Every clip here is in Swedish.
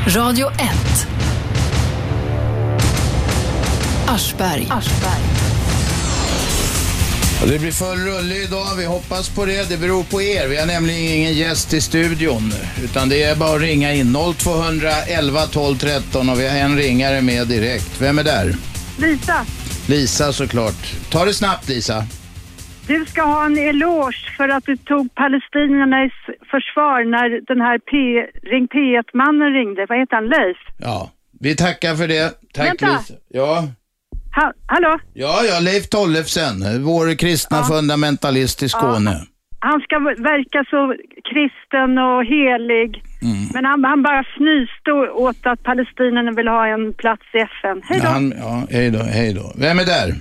Radio 1. Aschberg. Det blir full rulle idag, vi hoppas på det. Det beror på er, vi har nämligen ingen gäst i studion. Utan det är bara att ringa in 0211 12 13 och vi har en ringare med direkt. Vem är där? Lisa såklart. Ta det snabbt, Lisa. Du ska ha en eloge för att du tog palestiniernas försvar när den här Ring P1-mannen ringde. Vad heter han? Leif? Ja, vi tackar för det. Tack. Vänta. Lisa. Ja. Hallå? Ja, Leif Tollefsen, vår kristna fundamentalist i Skåne. Han ska verka så kristen och helig. Men han bara fnyste åt att palestinierna vill ha en plats i FN. Hej då. Hej då. Vem är där?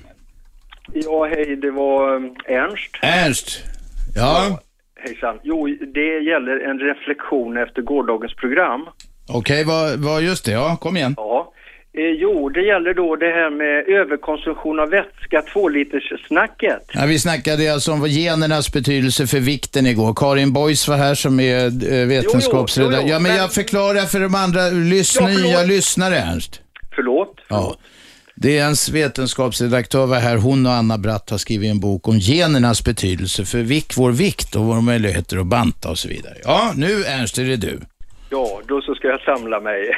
Ja, hej, det var Ernst. Ernst, ja. Hejsan. Jo, det gäller en reflektion efter gårdagens program. Okej, vad just det, ja, kom igen. Ja. Jo, det gäller då det här med överkonsumtion av vätska, 2-liters-snacket. Ja, vi snackade alltså om genernas betydelse för vikten igår. Karin Boys var här som är vetenskapsredaktör. Ja, men jag förklarar för de andra nya lyssnare, Ernst. Förlåt? Ja. Det är ens vetenskapsredaktör var här. Hon och Anna Bratt har skrivit en bok om genernas betydelse för vår vikt och våra möjligheter att banta och så vidare. Ja, nu Ernst är det du. Ja, då så ska jag samla mig.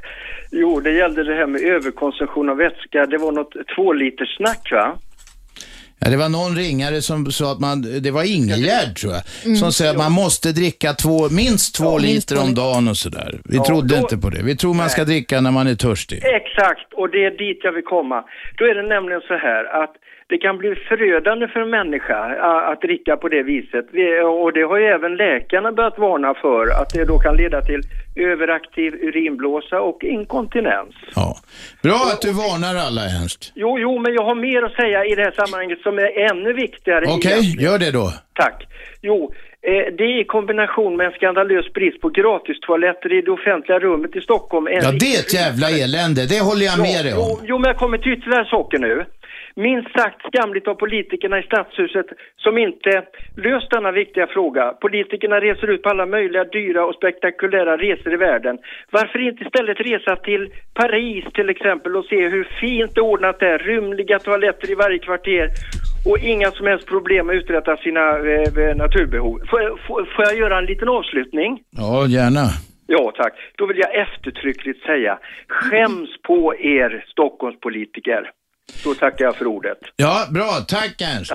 Jo, det gällde det här med överkonsumtion av vätska. Det var något 2-liters-snack, va? Ja, det var någon ringare som sa att det var Ingegärd tror jag, som säger att man måste dricka minst 2 liter om dagen och sådär. Vi trodde inte på det. Vi tror man ska dricka när man är törstig. Exakt, och det är dit jag vill komma. Då är det nämligen så här att det kan bli förödande för en människa att dricka på det viset. Och det har ju även läkarna börjat varna för, att det då kan leda till överaktiv urinblåsa och inkontinens. Ja. Bra att du varnar alla, Ernst. Jo, men jag har mer att säga i det här sammanhanget som är ännu viktigare. Okej, gör det då. Tack. Jo, det är i kombination med en skandalös brist på gratistoaletter i det offentliga rummet i Stockholm. Ja, det är ett jävla elände, det håller jag med dig om. Jo, men jag kommer till ytterligare saker nu. Minst sagt skamligt av politikerna i stadshuset som inte löst denna viktiga fråga. Politikerna reser ut på alla möjliga dyra och spektakulära resor i världen. Varför inte istället resa till Paris till exempel och se hur fint det ordnat är. Rymliga toaletter i varje kvarter och inga som helst problem att uträtta sina naturbehov. Får jag göra en liten avslutning? Ja, gärna. Ja, tack. Då vill jag eftertryckligt säga, skäms på er Stockholmspolitiker. Så tackar jag för ordet. Ja, bra. Tack Ernst.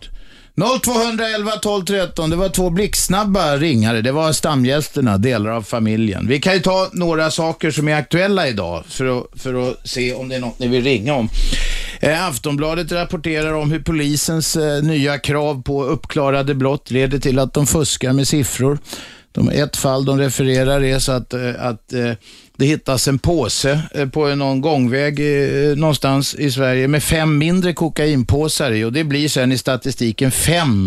0211 12 13. Det var 2 blixtsnabba ringare. Det var stamgästerna, delar av familjen. Vi kan ju ta några saker som är aktuella idag för att se om det är något ni vill ringa om. Aftonbladet rapporterar om hur polisens nya krav på uppklarade brott leder till att de fuskar med siffror. Ett fall de refererar är så att det hittas en påse på någon gångväg någonstans i Sverige med 5 mindre kokainpåsar i, och det blir sen i statistiken 5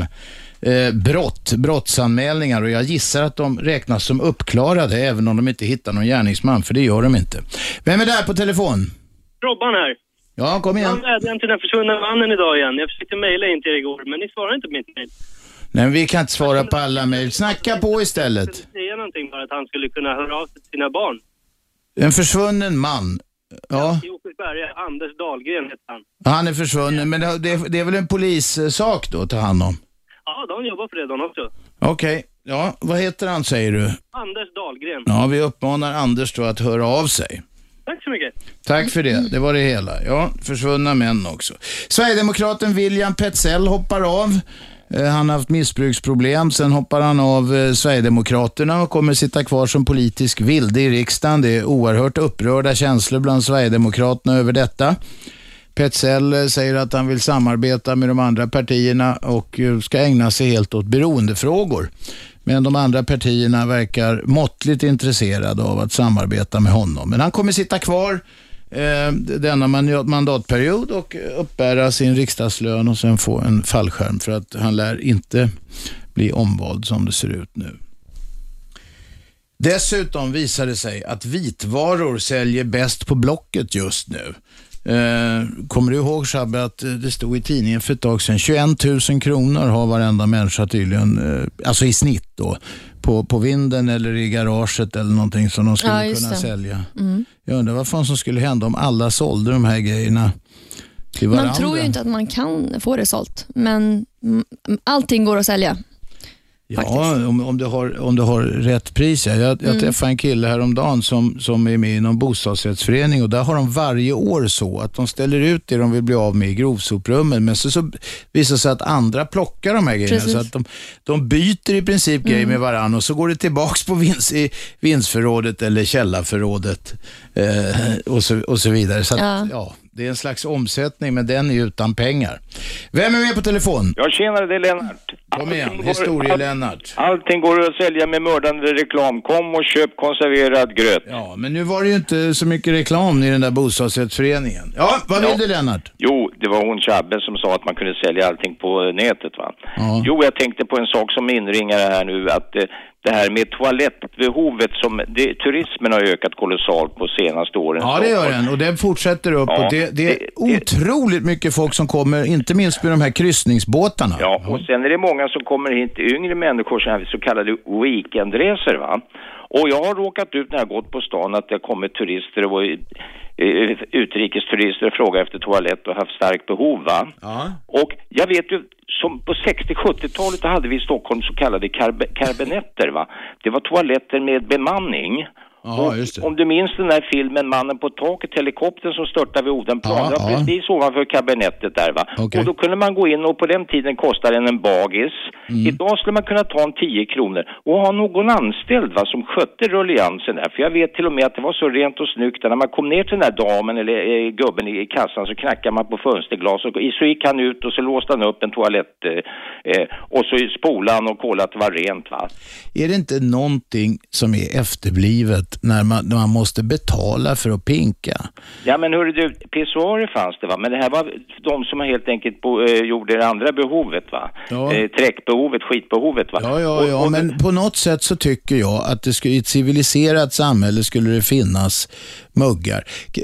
brottsanmälningar, och jag gissar att de räknas som uppklarade även om de inte hittar någon gärningsman, för det gör de inte. Vem är där på telefon? Robban här. Ja, kom igen. Jag vädjade till den försvunna mannen idag igen. Jag försökte mejla in till er igår, men ni svarar inte på mitt mejl. Nej, vi kan inte svara på alla mejl. Snacka på istället. Jag skulle säga någonting bara att han skulle kunna höra av sig till sina barn. En försvunnen man. Ja. I Åkersberga, Anders Dahlgren heter han. Han är försvunnen, men det är väl en polissak då att ta hand om? Ja, de jobbar för det de också. Okej. Ja, vad heter han säger du? Anders Dahlgren. Ja, vi uppmanar Anders då att höra av sig. Tack så mycket. Tack för det, det var det hela. Ja, försvunna män också. Sverigedemokraten William Petzell hoppar av. Han har haft missbruksproblem, sen hoppar han av Sverigedemokraterna och kommer sitta kvar som politisk vilde i riksdagen. Det är oerhört upprörda känslor bland Sverigedemokraterna över detta. Petzell säger att han vill samarbeta med de andra partierna och ska ägna sig helt åt beroendefrågor. Men de andra partierna verkar måttligt intresserade av att samarbeta med honom. Men han kommer sitta kvar denna mandatperiod och uppbära sin riksdagslön och sen få en fallskärm, för att han lär inte bli omvald som det ser ut nu. Dessutom visar det sig att vitvaror säljer bäst på Blocket just nu. Kommer du ihåg, Shabbe, att det stod i tidningen för ett tag sedan 21 000 kronor har varenda människa tydligen, alltså i snitt då, på vinden eller i garaget eller någonting som de skulle kunna sälja. Jag undrar vad fan som skulle hända om alla sålde de här grejerna till varandra. Man tror ju inte att man kan få det sålt, men allting går att sälja. Ja, om du har rätt pris. Jag träffade en kille häromdagen som är med i någon bostadsrättsförening, och där har de varje år så att de ställer ut det de vill bli av med i grovsoprummen, men så visar det sig att andra plockar de här grejerna. Precis. Så att de byter i princip grejer med varandra, och så går det tillbaks på vinstförrådet eller källarförrådet och så vidare. Så att, det är en slags omsättning, men den är utan pengar. Vem är med på telefon? Jag tjänare, det är Lennart. Kom igen, historie-Lennart. Allting går att sälja med mördande reklam. Kom och köp konserverad gröt. Ja, men nu var det ju inte så mycket reklam i den där bostadsrättsföreningen. Ja, vad vill du, Lennart? Jo, det var hon Chabbe som sa att man kunde sälja allting på nätet, va? Ja. Jo, jag tänkte på en sak som inringare här nu, att det här med toalettbehovet turismen har ökat kolossalt på senaste åren. Ja, det gör den, och den fortsätter upp. Ja, och det är otroligt mycket folk som kommer, inte minst med de här kryssningsbåtarna. Ja, och sen är det många som kommer hit, yngre människor, så kallade weekendresor, va? Och jag har råkat ut när jag gått på stan att det kommer turister och utrikesturister och frågar efter toalett och haft starkt behov, va? Ja. Och jag vet ju, som på 60-70-talet hade vi i Stockholm så kallade karbenetter, va? Det var toaletter med bemanning. Ja, just det. Om du minns den där filmen Mannen på taket, helikoptern som störtade vid Odenplan, det var precis ovanför kabinettet där, va? Okay. Och då kunde man gå in, och på den tiden kostade en bagis. Idag skulle man kunna ta en 10 kronor och ha någon anställd, va, som skötte rulliansen där. För jag vet till och med att det var så rent och snyggt. När man kom ner till den där damen eller gubben i kassan, så knackade man på fönsterglas och så gick han ut och så låste han upp en toalett och så spolade han och kollade att det var rent, va? Är det inte någonting som är efterblivet när man måste betala för att pinka? Ja, men hörru du, pissoarer fanns det, va? Men det här var de som helt enkelt gjorde det andra behovet, va? Ja. Träckbehovet, skitbehovet, va? Ja, men på något sätt så tycker jag att det skulle, i ett civiliserat samhälle skulle det finnas muggar.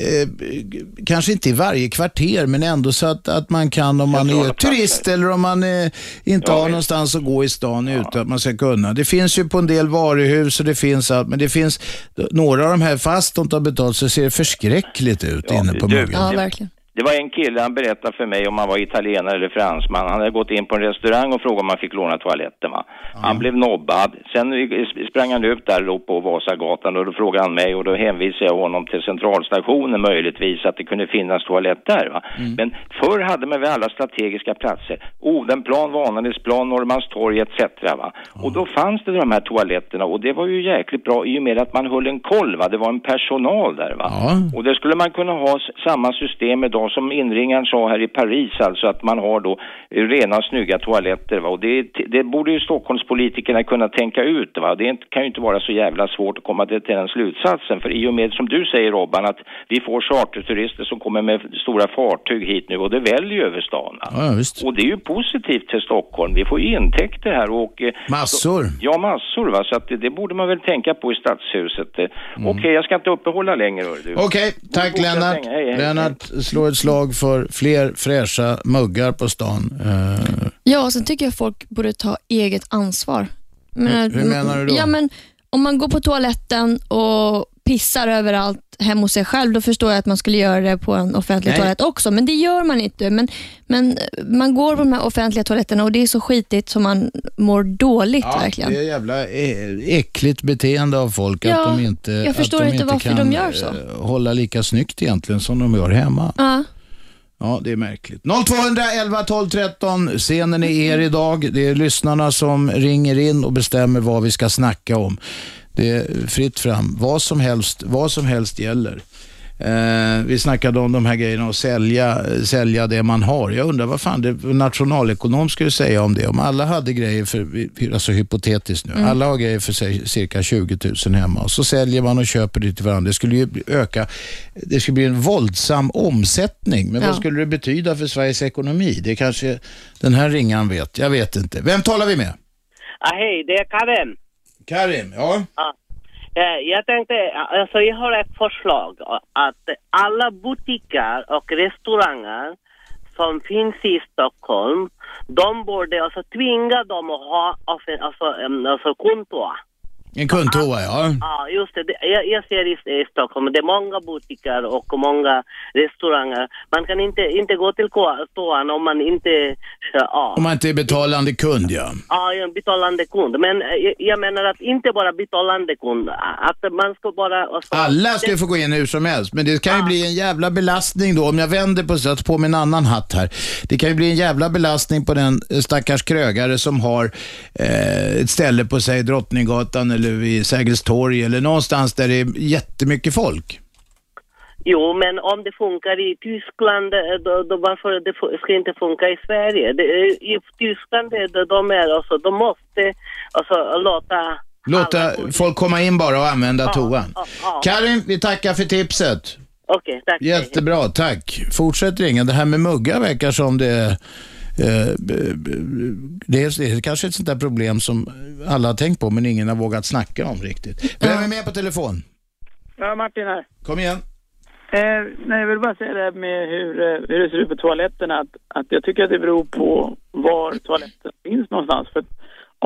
Kanske inte i varje kvarter, men ändå så att man kan, om man är turist eller om man inte har någonstans att gå i stan ute, att man ska kunna. Det finns ju på en del varuhus och det finns allt, men det finns några av de här, fast de inte har betalt, så ser det förskräckligt ut inne på muggen. Ja, verkligen. Det var en kille, han berättade för mig om han var italienare eller fransman. Han hade gått in på en restaurang och frågat om man fick låna toaletten, va? Han blev nobbad. Sen sprang han ut där då på Vasagatan, och då frågade han mig, och då hänvisade jag honom till centralstationen möjligtvis, att det kunde finnas toalett där, va? Men förr hade man väl alla strategiska platser. Odenplan, Vanadinsplan, Norrmalmstorg etc, va? Och då fanns det de här toaletterna, och det var ju jäkligt bra i och med att man höll en koll, va? Det var en personal där, va? Och det skulle man kunna ha samma system idag som inringaren sa här i Paris, alltså att man har då rena snygga toaletter, va? Och det borde ju Stockholmspolitikerna kunna tänka ut, va? Det kan ju inte vara så jävla svårt att komma till den slutsatsen, för i och med, som du säger Robban, att vi får charterturister som kommer med stora fartyg hit nu, och det väljer ju över stan, va? Ja, visst. Och det är ju positivt till Stockholm, vi får ju intäkter här och massor. Massor, va? Så att det borde man väl tänka på i stadshuset. Okej, jag ska inte uppehålla längre. Okej, tack Lennart. Lennart slår ett slag för fler fräscha muggar på stan. Ja, och sen tycker jag folk borde ta eget ansvar. Hur menar du då? Ja, men om man går på toaletten och pissar överallt hem hos sig själv, då förstår jag att man skulle göra det på en offentlig toalett också, men det gör man inte. Men man går på de här offentliga toaletterna och det är så skitigt som man mår dåligt, verkligen. Det är jävla äckligt beteende av folk, att de inte, jag förstår inte varför kan de gör så. Hålla lika snyggt egentligen som de gör hemma. Ja, det är märkligt. 0211 12 13, scenen är er idag. Det är lyssnarna som ringer in och bestämmer vad vi ska snacka om. Det är fritt fram. Vad som helst gäller. Vi snackade om de här grejerna och sälja det man har. Jag undrar vad fan det nationalekonom skulle säga om det. Om alla hade grejer för, alltså hypotetiskt nu, alla har grejer för sig cirka 20 000 hemma, och så säljer man och köper det till varandra. Det skulle ju öka, det skulle bli en våldsam omsättning. Men vad skulle det betyda för Sveriges ekonomi? Det kanske den här ringaren vet. Jag vet inte. Vem talar vi med? Hej, det är Karim. Karim, ja. Jag tänkte, alltså jag har ett förslag att alla butiker och restauranger som finns i Stockholm, de borde alltså tvinga dem att ha alltså kundtoa. En kundtoa, ja. Ja, just det. Jag ser i Stockholm, det är många butiker och många restauranger. Man kan inte gå till toan om man inte... Ja. Om man inte är betalande kund, ja. Ja, en betalande kund. Men jag menar att inte bara betalande kund. Att man ska bara... Alltså, alla ska få gå in hur som helst. Men det kan ju bli en jävla belastning då. Om jag vänder på mig en annan hatt här. Det kan ju bli en jävla belastning på den stackars krögare som har ett ställe på sig Drottninggatan eller vid Sergels torg eller någonstans där det är jättemycket folk. Jo, men om det funkar i Tyskland, då varför det ska inte funka i Sverige? I Tyskland, de måste låta folk komma in bara och använda toan. Karin, vi tackar för tipset. Okej, tack. Jättebra, tack. Fortsätt ringa. Det här med muggar verkar som det är kanske ett sånt där problem som alla har tänkt på men ingen har vågat snacka om riktigt. Vem är med på telefon? Ja, Martin här. Kom igen. Nej, jag vill bara säga det här med hur det ser ut på toaletterna. Att jag tycker att det beror på var toaletten finns någonstans. För om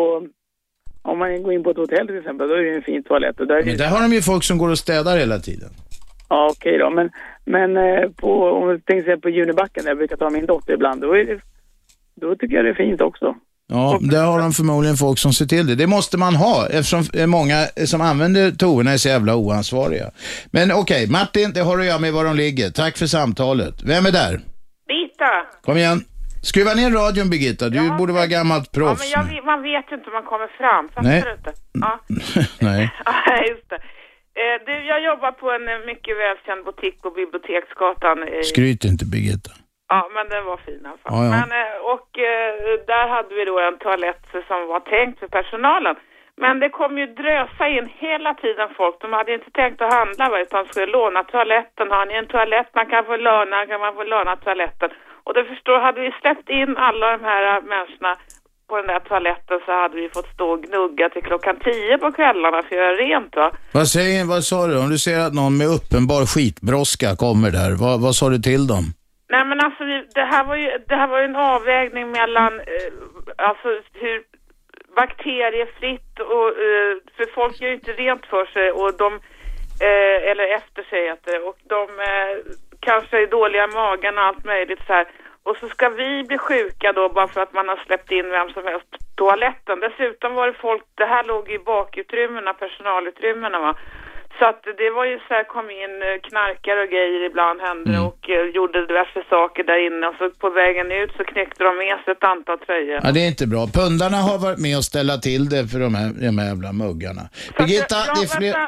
man går in på ett hotell till exempel, då är det en fin toalett. Och där har de ju folk som går och städar hela tiden. Ja, okej då. Men om vi tänker sig på Junibacken där jag brukar ta min dotter ibland, då tycker jag det är fint också. Ja, där har de förmodligen folk som ser till det. Det måste man ha eftersom många som använder toorna är så jävla oansvariga. Men okej, Martin, det har att göra med var de ligger. Tack för samtalet. Vem är där? Birgitta. Kom igen. Skruva ner radion, Birgitta. Du borde vara gammalt proffs. Ja, men man vet ju inte om man kommer fram. Nej. Ja. Nej. Ja, just det. Jag jobbar på en mycket välkänd butik på Biblioteksgatan. Skryt inte, Birgitta. Ja, men den var fin i alla fall. Ja. Men, där hade vi då en toalett som var tänkt för personalen. Men det kom ju drösa in hela tiden folk. De hade inte tänkt att handla, utan skulle låna toaletten. Har ni en toalett man kan få låna toaletten. Och då hade vi släppt in alla de här människorna på den där toaletten, så hade vi fått stå och gnugga till 10:00 på kvällarna för att göra rent, va? Vad sa du? Om du ser att någon med uppenbar skitbroska kommer där, vad sa du till dem? Nej, men alltså det här var ju en avvägning mellan alltså hur bakteriefritt och för folk gör ju inte rent för sig och de eller efter sig och de kanske är dåliga i magen och allt möjligt så här. Och så ska vi bli sjuka då bara för att man har släppt in vem som helst på toaletten. Dessutom var det folk, det här låg i bakutrymmena, personalutrymmena, va. Så att det var ju så här, kom in knarkare och grejer ibland hände och gjorde diverse saker där inne. Och så på vägen ut så knäckte de med sig ett antal tröjor. Ja, det är inte bra. Pundarna har varit med och ställa till det för de här jävla muggarna. Birgitta, det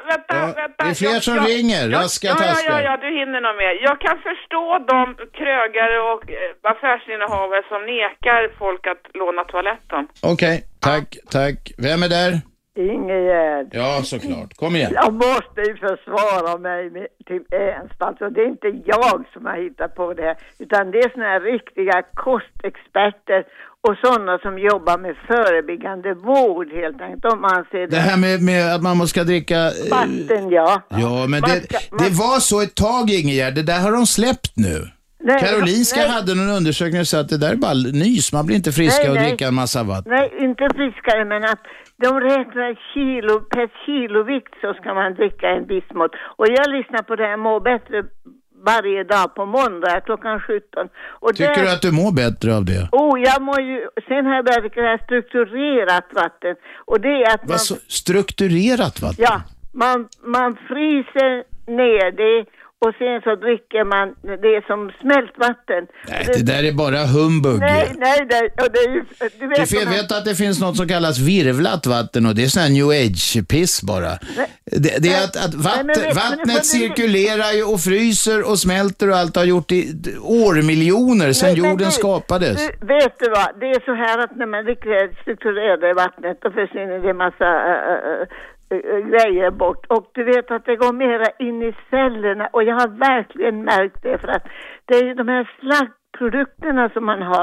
är fler som ringer. Raska taskar. Ja, du hinner nog med. Jag kan förstå de krögare och affärsinnehavare som nekar folk att låna toaletten. Okej, tack. Vem är där? Ingegärd. Ja, såklart. Kom igen. Jag måste ju försvara mig till Ernst. Alltså, det är inte jag som har hittat på det här, utan det är såna här riktiga kostexperter och sådana som jobbar med förebyggande vård helt enkelt. De anser det här med att man måste dricka vatten, ja. Ja, men det var så ett tag, Ingegärd. Det där har de släppt nu. Karolinska hade någon undersökning och sa att det där är bara nys. Man blir inte friska och dricka en massa vatten. Nej, inte friskare, men att de räknar per kilovikt så ska man dricka en viss mått. Och jag lyssnar på det här Må bättre varje dag på måndag klockan 17. Och tycker du att du mår bättre av det? Jag mår ju... Sen har jag börjat dricka det här strukturerat vatten. Och det är att Vad så, strukturerat vatten? Ja, man fryser ner det. Och sen så dricker man det som smält vatten. Nej, det där är bara humbug. Nej, och det är ju... Du vet att det finns något som kallas virvlat vatten och det är sån här new age-piss bara. Det är att vattnet cirkulerar ju och fryser och smälter och allt har gjort i årmiljoner sedan jorden skapades. Vet du vad? Det är så här att när man dricker strukturerade vattnet då försvinner det massa... grejer bort. Och du vet att det går mera in i cellerna. Och jag har verkligen märkt det för att det är ju de här slaggprodukterna som man har.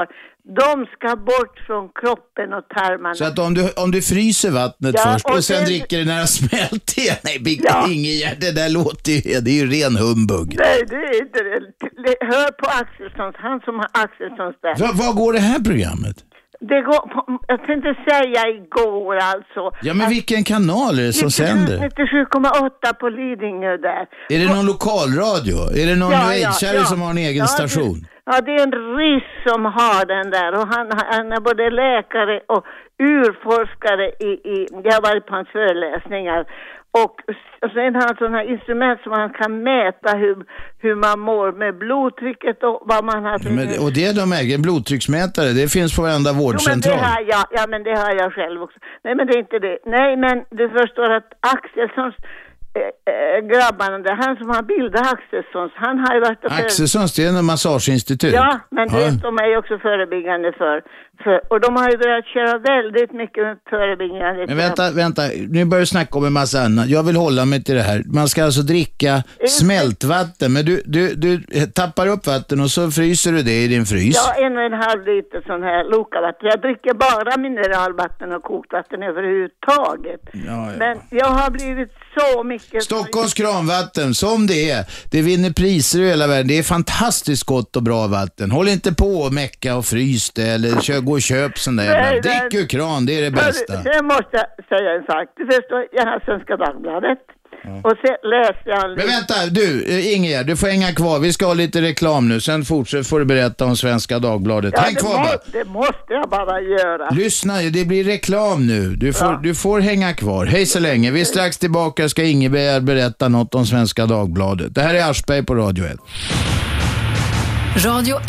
De ska bort från kroppen och tarmarna. Så att om du fryser vattnet först och sen dricker det när det smält igen. Nej, Ingegärd, det där låter ju, det är ju ren humbug. Nej, det är inte det. Hör på Axelssons, han som har Axelssons där. Vad går det här programmet? Det går på, jag tänkte säga igår alltså. Ja, men vilken kanal är det som sänder? 97,8 på Lidingö där. Är det någon lokalradio? Är det någon new-age som har en egen station? Ja, det är en ryss som har den där och han är både läkare och urforskare jag har varit på hans föreläsningar. Och sen har han sådana här instrument som man kan mäta hur man mår med blodtrycket och vad man har för... och det är de äger blodtrycksmätare, det finns på varenda vårdcentral. Men det har jag själv också. Nej, men det är inte det. Nej, men du förstår att Axelssons grabbarna där, han som har bildat Axelssons, han har ju varit... Axelssons, det är en massageinstitut. Ja, men det är de är också förebyggande för. Och de har ju börjat köra väldigt mycket förebyggande. Men vänta, nu börjar du snacka om en massa annat. Jag vill hålla mig till det här. Man ska alltså dricka smältvatten, men du tappar upp vatten och så fryser du det i din frys. Ja, 1,5 liter sån här lokavatten. Jag dricker bara mineralvatten och kokvatten överhuvudtaget. Ja. Men jag har blivit så mycket... Stockholms kranvatten, som det är. Det vinner priser i hela världen. Det är fantastiskt gott och bra vatten. Håll inte på och mecka och frys det eller gå och köp sån där. Drick ur kran, det är det bästa. Sen måste jag säga en sak. Du förstår, jag har Svenska Dagbladet. Och sen läste jag... Men vänta, Ingegärd, du får hänga kvar. Vi ska ha lite reklam nu. Sen får du berätta om Svenska Dagbladet. Ja, häng kvar bara. Det måste jag bara göra. Lyssna, det blir reklam nu. Du får hänga kvar. Hej så länge. Vi är strax tillbaka. Ska Ingegärd berätta något om Svenska Dagbladet. Det här är Aschberg på Radio 1. Radio 1.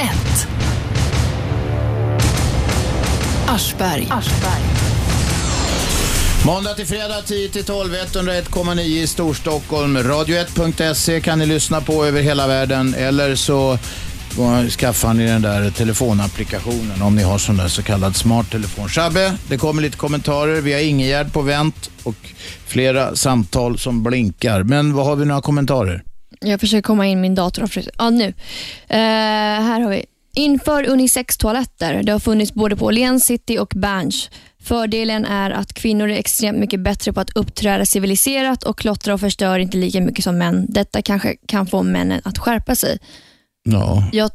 Aschberg. Måndag till fredag 10-12, 101,9 i Storstockholm. Radio1.se kan ni lyssna på över hela världen, eller så skaffar ni den där telefonapplikationen om ni har sån där så kallad smarttelefon. Shabbe, det kommer lite kommentarer. Vi har Ingegärd på vänt och flera samtal som blinkar. Men vad har vi några kommentarer? Jag försöker komma in min dator. Ja, nu. Här har vi. Inför unisex-toaletter. Det har funnits både på Åhléns City och Berns. Fördelen är att kvinnor är extremt mycket bättre på att uppträda civiliserat och klottra och förstör inte lika mycket som män. Detta kanske kan få männen att skärpa sig. Ja, jag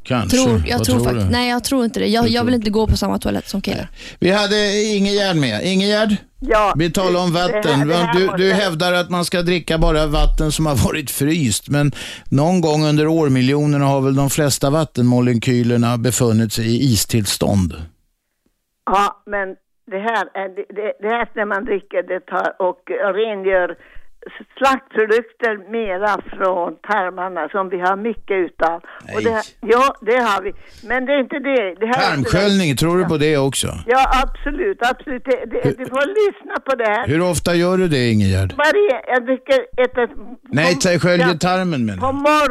tror inte det. Jag vill inte gå på samma toalett som killar. Vi hade Ingegärd med. Ingegärd? Ja. Vi talar om vatten. Du hävdar att man ska dricka bara vatten som har varit fryst. Men någon gång under årmiljonerna har väl de flesta vattenmolekylerna befunnit sig i istillstånd. Ja, men det här när man dricker det tar och rengör slaktprodukter mera från tarmarna som vi har mycket utav. Och det har vi. Men det är inte det. Tarmsköljning, tror du på det också? Ja, absolut. Du får lyssna på det här. Hur ofta gör du det, Ingegärd? Jag dricker sköljer tarmen med.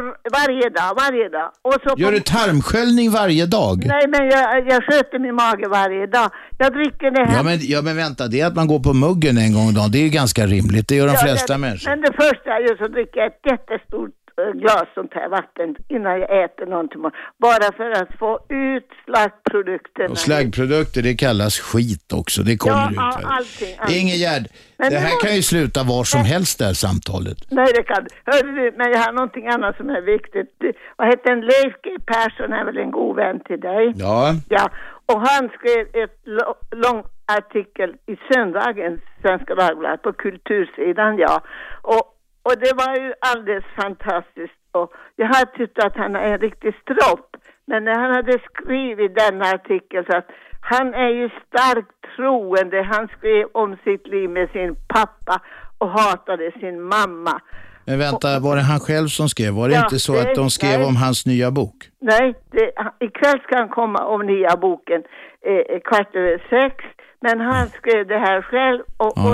Varje dag. Och så gör du tarmsköljning varje dag? Nej, men jag sköter min mage varje dag. Jag dricker det här. Ja, men vänta, det är att man går på muggen en gång om dagen. Det är ju ganska rimligt. Det gör de flesta människor. Men det första jag gör så dricker jag ett jättestort glas sånt här vatten innan jag äter någonting. Bara för att få ut slaggprodukterna. Och slaggprodukter, det kallas skit också. Det kommer ut. Allting. Ingegärd, det här kan ju sluta var som helst där samtalet. Nej, det kan. Hörde du, men jag har någonting annat som är viktigt. Vad heter en Leif G. Persson är väl en god vän till dig? Ja. Och han skrev ett lång artikel i söndagens Svenska Dagbladet på kultursidan, Och det var ju alldeles fantastiskt. Och jag har tyckt att han är en riktig stropp. Men när han hade skrivit den artikeln så att han är ju starkt troende. Han skrev om sitt liv med sin pappa och hatade sin mamma. Men vänta, var det han själv som skrev? Var det inte så att de skrev om hans nya bok? Nej, ikväll ska han komma om nya boken 6:15. Men han skrev det här själv och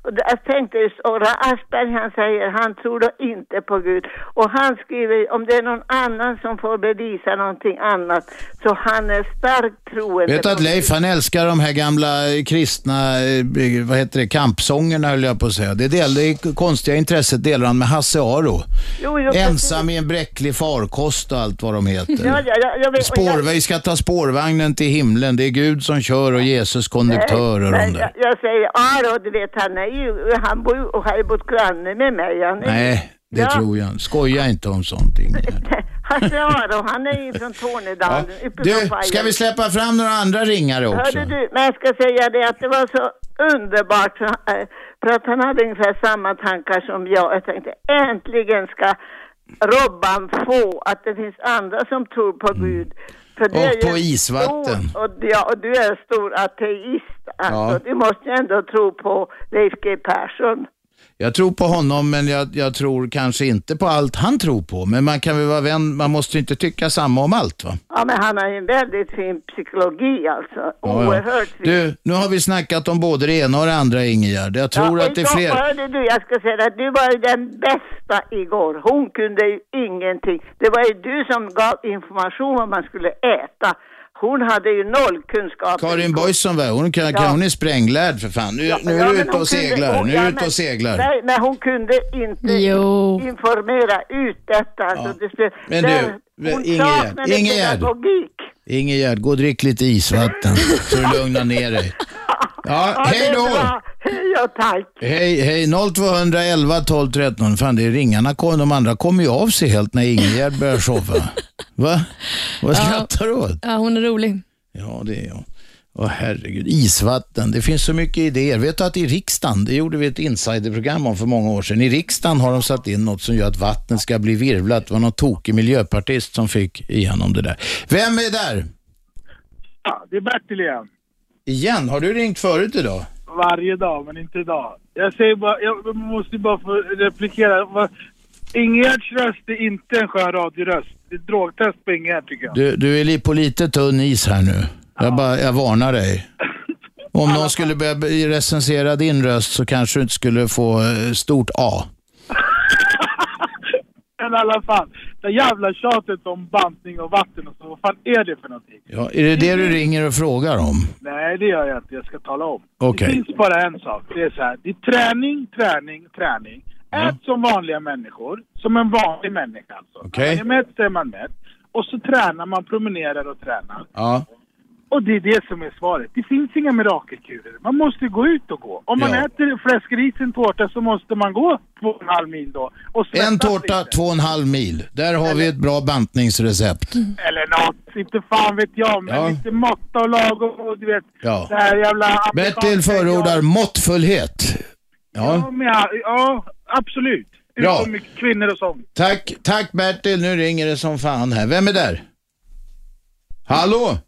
Och jag tänkte just, Ora Aschberg, han säger, han tror då inte på Gud. Och han skriver, om det är någon annan som får bevisa någonting annat, så han är starkt troende. Vet att Leif, han älskar de här gamla kristna, vad heter det, kampsångerna höll jag på att säga. Det konstiga intresset delar han med Hasse Aro. Ensam i en bräcklig farkost och allt vad de heter. Jag vet, vi ska ta spårvagnen till himlen. Det är Gud som kör och Jesus konduktör och de där. Jag säger, Aro, du vet, han bor och har ju bott granne med mig. Nej, det tror jag. Skoja inte om sånt, Ingegärd. Hasse Aro, han är ju från Tornedalen. Ja. Du, ska vi släppa fram några andra ringare också? Hörde du, men jag ska säga det att det var så underbart för att han hade ungefär samma tankar som jag. Jag tänkte, äntligen ska Robban få att det finns andra som tror på Gud. För det och på isvatten. Och du är stor ateist. Alltså, du måste ju ändå tro på Leif G. Persson. Jag tror på honom, men jag tror kanske inte på allt han tror på. Men man kan väl vara vän, man måste inte tycka samma om allt, va? Ja, men han har ju en väldigt fin psykologi, alltså. Oerhört fin. Du, nu har vi snackat om både det ena och det andra, Ingegärd. Jag tror att det är fler. Hörde du, jag ska säga att du var ju den bästa igår. Hon kunde ju ingenting. Det var ju du som gav information om man skulle äta. Hon hade ju noll kunskap. Karin Boyson, hon är spränglärd för fan. Nu är du ute och seglar. Nej, men hon kunde inte informera ut detta. Alltså, men Ingegärd, gå och drick lite isvatten så du lugnar ner dig. Ja, hej då! Hej och tack! Hej, 0211 12 13. Fan, det är ringarna. De andra kommer ju av sig helt när Ingegärd börjar sova. Va? Vad skrattar du åt? Ja, hon är rolig. Ja, det är jag. Åh herregud, isvatten. Det finns så mycket idéer. Vet du att i riksdagen, det gjorde vi ett insiderprogram om för många år sedan. I riksdagen har de satt in något som gör att vattnet ska bli virvlat. Det var någon tokig miljöpartist som fick igenom det där. Vem är där? Ja, det är Bertil igen. Igen? Har du ringt förut idag? Varje dag, men inte idag. Jag måste bara få replikera. Ingegärds röst är inte en skön radioröst. Det är drogtest på Ingegärd, tycker jag. Du är på lite tunn is här nu. Jag varnar dig. Om någon skulle börja recensera din röst så kanske du inte skulle få stort A. Men i alla fall, det jävla tjatet om bantning och vatten och så, vad fan är det för någonting? Ja, är det du ringer och frågar om? Nej, det gör jag inte. Jag ska tala om. Okay. Det finns bara en sak. Det är så här, det är träning. Ät som vanliga människor, som en vanlig människa alltså. Okay. När man är mätt så är man mätt. Och så tränar man, promenerar och tränar. Ja. Och det är det som är svaret. Det finns inga mirakelkurer. Man måste gå ut och gå. Om man äter fläskris i en tårta så måste man gå 2,5 mil då. Och en tårta, 2,5 mil. Där har vi ett bra bantningsrecept. Eller något. Inte fan vet jag. Men lite måtta och lagom och du vet. Ja. Det här jävla... Bertil förordar måttfullhet. Ja, absolut. Bra. Utom mycket kvinnor och sånt. Tack Bertil. Nu ringer det som fan här. Vem är där? Hallå?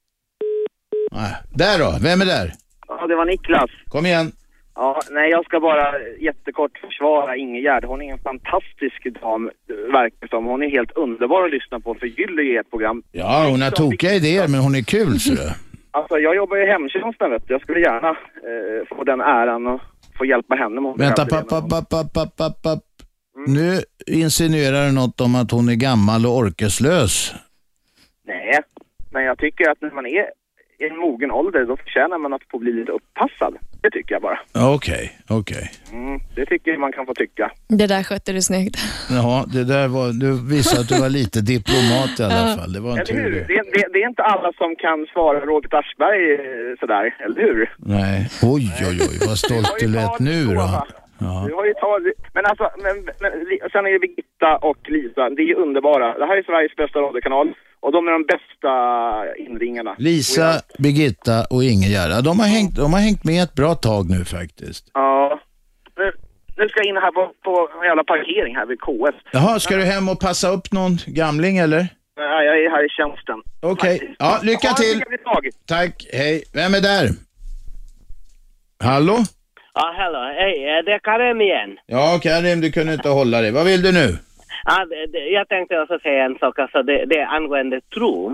Där då, vem är där? Ja, det var Niklas. Kom igen. Ja, nej, jag ska bara jättekort försvara Ingegärd. Hon är en fantastisk dam, verkar som. Hon är helt underbar att lyssna på, förgyller i ett program. Ja, hon har tokiga idéer, men hon är kul, så du. Alltså, jag jobbar i hemtjänsten, vet du. Jag skulle gärna få den äran och få hjälpa henne. Vänta, papp. Nu insinuerar du något om att hon är gammal och orkeslös. Nej, men jag tycker att när man är i en mogen ålder, då förtjänar man att få bli lite uppassad. Det tycker jag bara. Okej. Det tycker man kan få tycka. Det där skötte du snyggt. Ja, det där var... Du visade att du var lite diplomat i alla fall. Det var en tur. Det är inte alla som kan svara Robert Aschberg sådär, eller hur? Nej. Oj, vad stolt du lät nu då. Ja. Du har ju tagit... Men alltså, sen är ju Birgitta och Lisa, det är ju underbara. Det här är Sveriges bästa radiokanal. Och de är de bästa inringarna. Lisa, Birgitta och Ingegärd. De har hängt med ett bra tag nu faktiskt. Ja. Nu ska jag in här på en jävla parkering här vid KF. Jaha, ska du hem och passa upp någon gamling eller? Nej, jag är här i tjänsten. Okej. Ja, lycka till. Tack, hej. Vem är där? Hallå? Ja, hallå. Hej, det är Karim igen. Ja, Karim, du kunde inte hålla dig. Vad vill du nu? Ja, jag tänkte också säga en sak, alltså det är angående tro.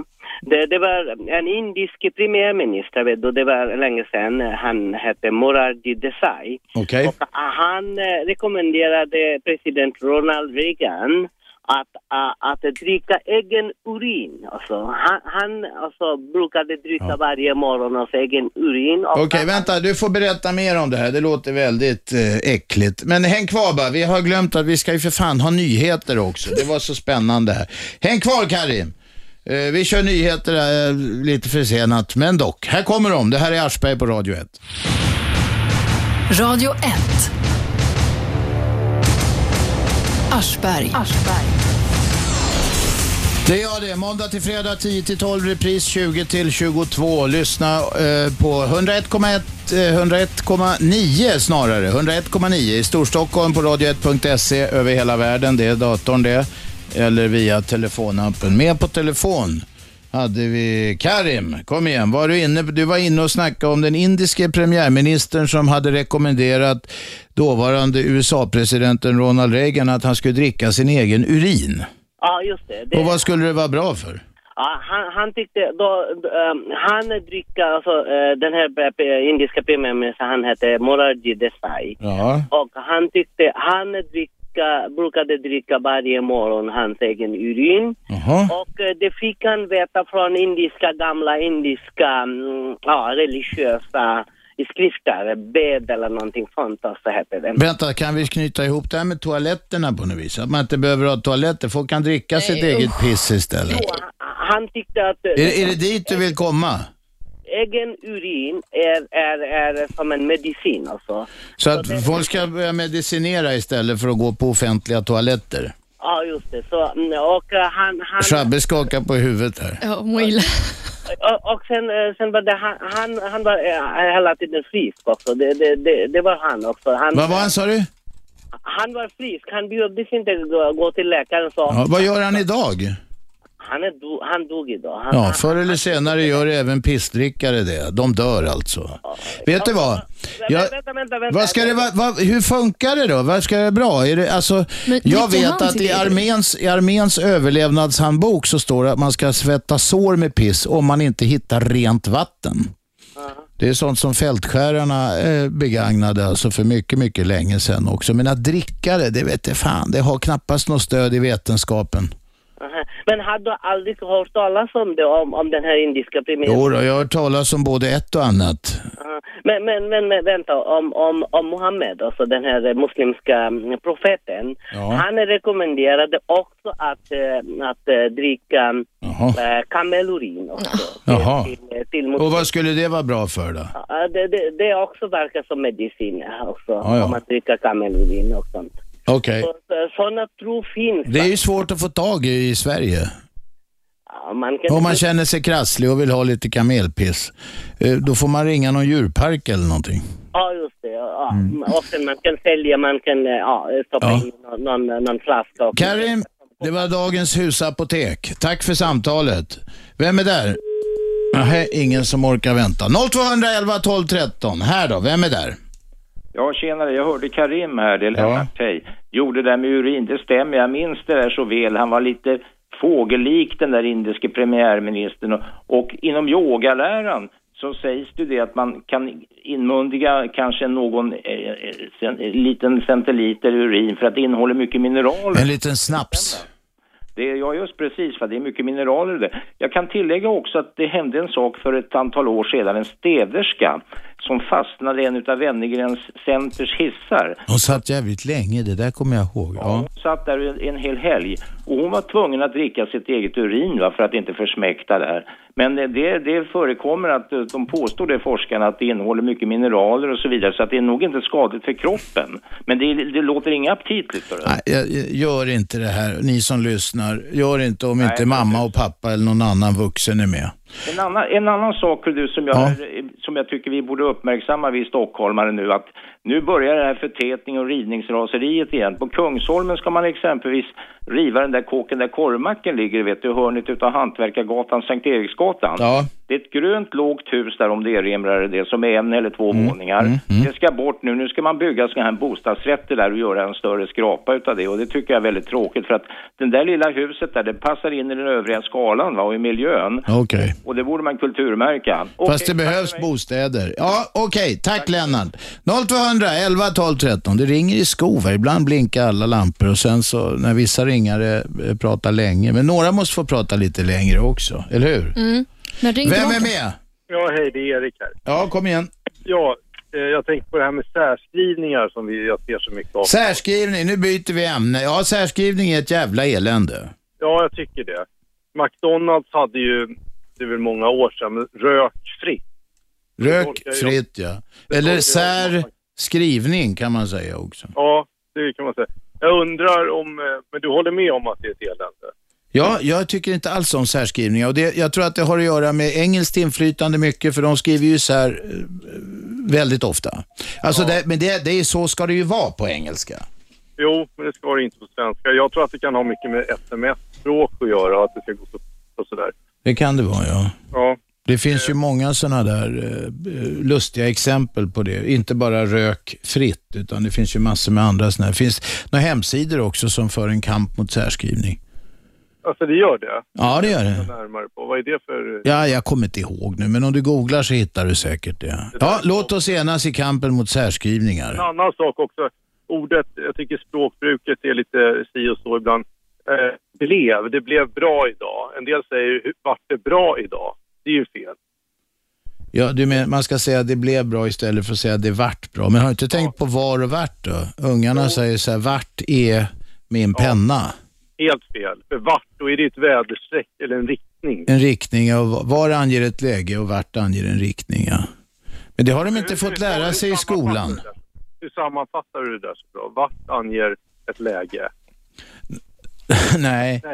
Det var en indisk premiärminister, vet du, det var länge sedan. Han hette Morarji Desai. Okej. Och han rekommenderade president Ronald Reagan att dricka egen urin. Alltså, han alltså, brukade dricka varje morgon av egen urin. Okej, vänta, du får berätta mer om det här. Det låter väldigt äckligt. Men häng kvar bara, vi har glömt att vi ska ju för fan ha nyheter också. Det var så spännande här. Häng kvar, Karim. Vi kör nyheter lite försenat, men dock. Här kommer de. Det här är Aschberg på Radio 1. Radio 1. Aschberg. Det är det. Måndag till fredag 10-12, repris 20-22. Lyssna på 101,1, 101,9 snarare. 101,9 i Storstockholm på radio1.se över hela världen. Det är datorn det. Eller via telefonappen. Med på telefon hade vi Karim. Kom igen, du var inne och snackade om den indiske premiärministern som hade rekommenderat dåvarande USA-presidenten Ronald Reagan att han skulle dricka sin egen urin. Ja, just det. Och vad skulle det vara bra för? Ja, han tyckte han dricker alltså den här indiska premiärministern, han hette Morarji Desai. Ja. Och han tyckte han brukade dricka varje morgon hans egen urin. Och det fick han veta från gamla indiska religiösa skrifter, bed eller någonting sånt, så heter det. Vänta, kan vi knyta ihop det här med toaletterna på något vis? Att man inte behöver ha toaletter, folk kan dricka sitt eget piss istället. Jo, han tyckte att... Är det dit du vill komma? Egen urin är som en medicin alltså. Så att folk ska börja medicinera istället för att gå på offentliga toaletter? Ja, just det. Så, och han... Shabbe skakar på huvudet här. Ja, må illa. Och sen var det han var hela tiden frisk också. Det var han också. Vad var han, sa du? Han var frisk. Han behövde inte gå till läkaren. Så. Ja, vad gör han idag? Han dog idag. Förr eller senare gör även pissdrickare det. De dör alltså. Vet du vad? Vänta. Vad ska det vara? Hur funkar det då? Vad ska det bra? Är det, alltså, jag vet att i arméns överlevnadshandbok så står det att man ska svätta sår med piss om man inte hittar rent vatten. Det är sånt som fältskärarna begagnade alltså för mycket, mycket länge sedan också. Men att dricka det vet jag fan. Det har knappast något stöd i vetenskapen. Men hade du aldrig hört talas om det, om den här indiska premiären? Jo, jag har hört talas om både ett och annat. Men vänta, om Muhammed, alltså den här muslimska profeten, han rekommenderade också att dricka kamelurin också. Till och vad skulle det vara bra för då? Det också verkar som medicin också, om att dricka kamelurin och sånt. Okej. Sådana tro finns. Det är ju svårt att få tag i Sverige. Om man känner sig krasslig och vill ha lite kamelpiss, då får man ringa någon djurpark eller någonting. Ja, just det. Ja. Och sen man kan sälja, man kan stoppa in någon flaska. Karim, det var dagens husapotek. Tack för samtalet. Vem är där? Nej, ingen som orkar vänta. 0211 12 13. Här då, vem är där? Ja, tjenare, jag hörde Karim här, det är Lennart. Hej. Jo, det där med urin, det stämmer, jag minns det där så väl. Han var lite fågellik, den där indiske premiärministern. Och inom yogaläran så sägs det att man kan inmundiga kanske någon liten centiliter urin för att det innehåller mycket mineraler. En liten snaps. Just precis, för det är mycket mineraler i det. Jag kan tillägga också att det hände en sak för ett antal år sedan. En städerska som fastnade i en utav Wennergrens centers hissar. Hon satt jävligt länge, det där kommer jag ihåg. Ja, hon satt där en hel helg. Och hon var tvungen att dricka sitt eget urin för att inte försmäkta där. Men det förekommer att de påstår, det forskarna, att det innehåller mycket mineraler och så vidare. Så att det är nog inte skadligt för kroppen. Men det låter inga aptitligt för det. Nej, gör inte det här, ni som lyssnar. Gör inte om inte mamma och pappa eller någon annan vuxen är med. En annan sak som jag tycker vi borde uppmärksamma, vi stockholmare nu, att Nu börjar det här förtätning och rivningsraseriet igen. På Kungsholmen ska man exempelvis riva den där kåken där korvmacken ligger, vet du, hörnet utav Hantverkargatan, Sankt Eriksgatan. Ja. Det är ett grönt lågt hus där, om det erinrar det, som är 1 eller 2 våningar. Det ska bort nu. Nu ska man bygga såna här bostadsrätter där och göra en större skrapa utav det. Och det tycker jag är väldigt tråkigt, för att den där lilla huset där, det passar in i den övriga skalan, va, och i miljön. Okej. Och det borde man kulturmärka. Fast det behövs bostäder. Ja, okej. Tack Lennart. 0200 11 12 13. Det ringer i skov. Ibland blinkar alla lampor och sen så när vissa ringare pratar länge. Men några måste få prata lite längre också. Eller hur? Men vem är med? Ja, hej, det är Erik här. Ja, kom igen. Ja, jag tänkte på det här med särskrivningar som jag ser så mycket av. Särskrivning, nu byter vi ämne. Ja, särskrivning är ett jävla elände. Ja, jag tycker det. McDonalds hade ju, det är väl många år sedan, rökfritt. Rökfritt, ja. Eller särskrivning kan man säga också. Ja, det kan man säga. Jag undrar om, men du håller med om att det är ett elände? Ja, jag tycker inte alls om särskrivningar. Och jag tror att det har att göra med engelskt inflytande mycket, för de skriver ju sär väldigt ofta. Alltså men det är så ska det ju vara på engelska. Jo, men det ska det inte på svenska. Jag tror att det kan ha mycket med sms-språk att göra, att det ska gå så sådär. Det kan det vara, ja. Ja. Det finns ju många sådana där lustiga exempel på det. Inte bara rökfritt, utan det finns ju massor med andra sådana. Det finns några hemsidor också som för en kamp mot särskrivning. Alltså det gör det? Ja, det gör det. Närmare på. Vad är det för... Ja, jag kommer inte ihåg nu, men om du googlar så hittar du säkert det. Ja, låt oss enas i kampen mot särskrivningar. En annan sak också. Ordet, jag tycker språkbruket är lite si och så ibland. Det blev bra idag. En del säger, vart det bra idag? Det är ju fel. Ja, man ska säga att det blev bra istället för att säga att det vart bra. Men har du inte tänkt på var och vart då? Ungarna säger så här, vart är min penna? Helt fel. För vart, då är det ett väderstreck eller en riktning. En riktning, och var anger ett läge och vart anger en riktning, ja. Men det har de inte fått lära sig i skolan. Hur sammanfattar du det där så bra? Vart anger ett läge? Nej.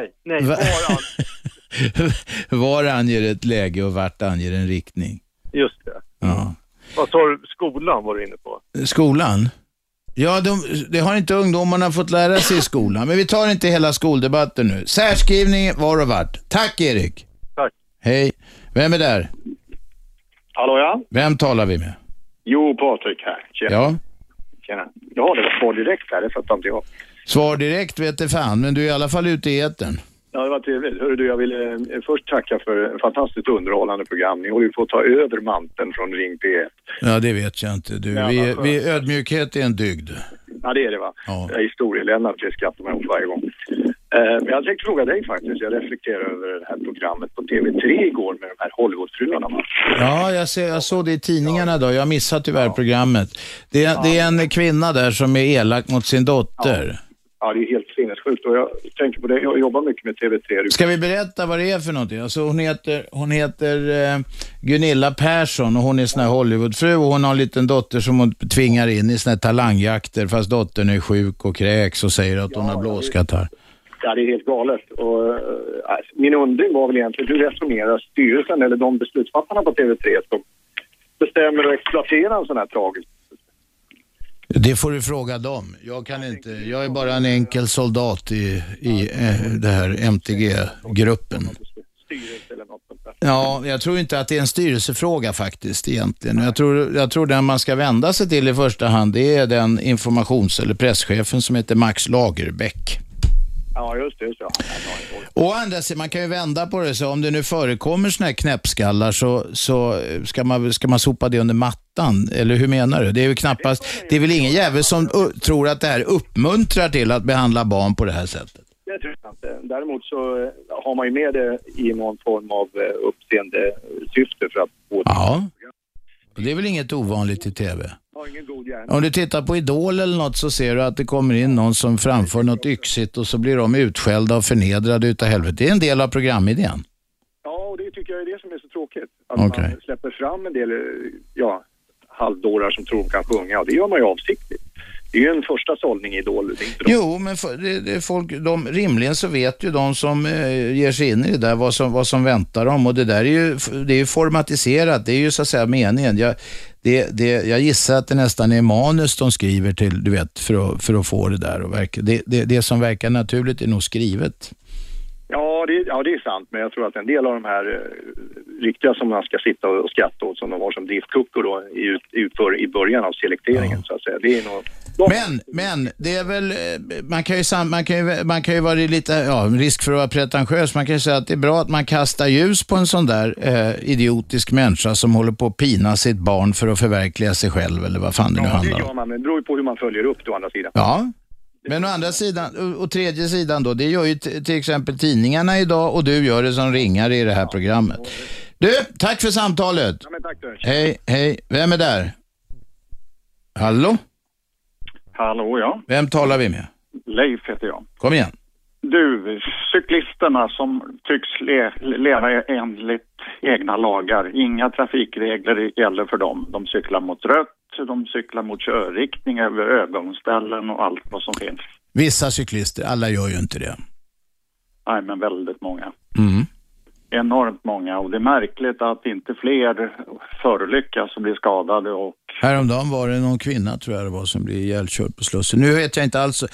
Var anger ett läge och vart anger en riktning? Just det. Ja. Vad sa du? Skolan var du inne på? Skolan? Ja, det har inte ungdomarna fått lära sig i skolan. Men vi tar inte hela skoldebatten nu. Särskrivning var och vart. Tack Erik. Tack. Hej. Vem är där? Hallå, ja. Vem talar vi med? Jo, Patrik här. Tjena. Ja. Tjena. Ja, det var Svar Direkt här, det fattar inte jag. Svar Direkt vet det fan, men du är i alla fall ute i etern. Ja, det var trevligt. Hörru du, jag vill först tacka för ett fantastiskt underhållande program. Ni håller ju på att ta över manteln från Ring P1. Ja, det vet jag inte. Vi ödmjukhet är en dygd. Ja, det är det, va? Ja. Jag är historielännad, det skrattar mig åt varje gång. Jag tänkte fråga dig faktiskt. Jag reflekterar över det här programmet på TV3 igår med de här Hollywoodfruarna. Ja, jag såg det i tidningarna då. Jag missade tyvärr programmet. Det är en kvinna där som är elak mot sin dotter. Ja, det är helt sinnessjukt. Och jag tänker på det, jag jobbar mycket med TV3. Ska vi berätta vad det är för någonting? Alltså hon heter Gunilla Persson och hon är sån här Hollywoodfru, och hon har en liten dotter som hon tvingar in i såna här talangjakter fast dottern är sjuk och kräks och säger att hon har blåskatarr. Ja, det är helt galet. Och, min undring var väl egentligen, hur resonerar styrelsen eller de beslutsfattarna på TV3 som bestämmer och exploaterar en sån här tragisk? Det får du fråga dem. Jag kan inte. Jag är bara en enkel soldat i det här MTG-gruppen. Ja, jag tror inte att det är en styrelsefråga faktiskt egentligen. Jag tror den man ska vända sig till i första hand, det är den informations- eller presschefen som heter Max Lagerbäck. Ja, just det. Å andra sidan, man kan ju vända på det, så om det nu förekommer såna här knäppskallar så ska man sopa det under mattan, eller hur menar du? Det är ju knappast, det är väl ingen jävel som tror att det här uppmuntrar till att behandla barn på det här sättet? Det tror jag inte. Däremot så har man ju med det i någon form av uppseende syfte för att få... Ja, och det är väl inget ovanligt i tv? Om du tittar på Idol eller något så ser du att det kommer in någon som framför något yxigt och så blir de utskällda och förnedrade utav helvete. Det är en del av programidén. Ja, och det tycker jag är det som är så tråkigt. Att man släpper fram en del halvdårar som tror de kan sjunga. Ja, det gör man ju avsiktligt. Det är ju en första sållning i Idol. Jo, men det folk, rimligen så vet ju de som ger sig in i det där vad som väntar dem. Och det där är ju formatiserat. Det är ju så att säga meningen. Jag gissar att det nästan är manus de skriver till, du vet, för att få det där. Och det som verkar naturligt är nog skrivet. Ja, det är sant. Men jag tror att en del av de här riktiga som man ska sitta och skratta åt, som de har som driftkuckor då, utför i början av selekteringen, så att säga. Det är nog... Men det är väl, man kan ju vara lite, risk för att vara pretentiös. Man kan ju säga att det är bra att man kastar ljus på en sån där idiotisk människa som håller på att pina sitt barn för att förverkliga sig själv, eller vad fan det nu handlar om. Ja, det gör man, men det beror ju på hur man följer upp det å andra sidan. Ja. Men å andra sidan, och tredje sidan då, det gör ju till exempel tidningarna idag, och du gör det som ringare i det här programmet. Du, tack för samtalet. Ja, men tack du. Hej. Vem är där? Hallå? Hallå, ja. Vem talar vi med? Leif heter jag. Kom igen. Du, cyklisterna som tycks leva enligt egna lagar. Inga trafikregler gäller för dem. De cyklar mot rött, de cyklar mot körriktning över övergångsställen och allt vad som finns. Vissa cyklister, alla gör ju inte det. Nej, men väldigt många. Mm. Enormt många, och det är märkligt att inte fler förolyckas och blir skadade. Och... Häromdagen var det någon kvinna, tror jag det var, som blev ihjälkörd på Slussen. Nu vet jag inte alls,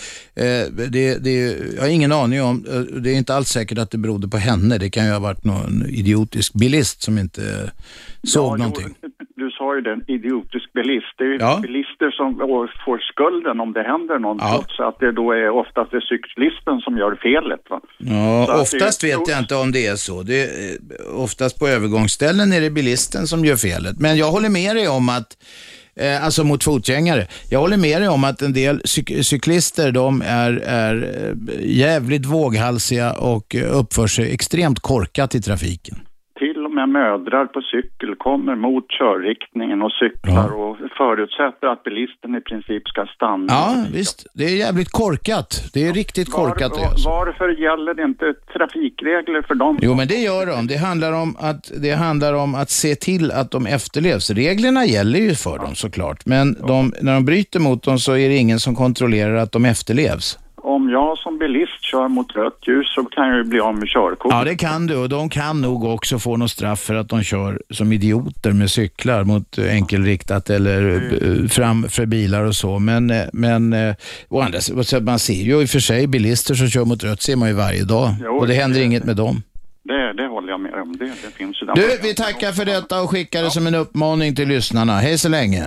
jag har ingen aning om, det är inte alls säkert att det berodde på henne. Det kan ju ha varit någon idiotisk bilist som inte såg någonting. Du sa ju den idiotisk bilist. Det är ju bilister som får skulden om det händer något, trots att det då är oftast det cyklisten som gör felet. Va? Ja, så oftast vet jag inte om det är så. Oftast på övergångsställen är det bilisten som gör felet. Men jag håller med dig om att, alltså mot fotgängare, jag håller med dig om att en del cyklister, de är jävligt våghalsiga och uppför sig extremt korkat i trafiken. Till och med mödrar på cykel kommer mot körriktningen och cyklar och förutsätter att bilisten i princip ska stanna. Ja, visst. Det är jävligt korkat. Det är riktigt korkat. Varför gäller det inte trafikregler för dem? Jo, men det gör de. Det handlar om att se till att de efterlevs. Reglerna gäller ju för dem såklart. Men när de bryter mot dem så är det ingen som kontrollerar att de efterlevs. Om jag som bilist kör mot rött ljus så kan jag ju bli av med körkort. Ja, det kan du, och de kan nog också få något straff för att de kör som idioter med cyklar mot enkelriktat eller framför bilar och så. Men å andra sidan, man ser ju i och för sig bilister som kör mot rött ser man ju varje dag. Och det händer inget med dem. Det håller jag med om. Det finns ju där. Du, vi tackar för detta och skickar det som en uppmaning till lyssnarna. Hej så länge.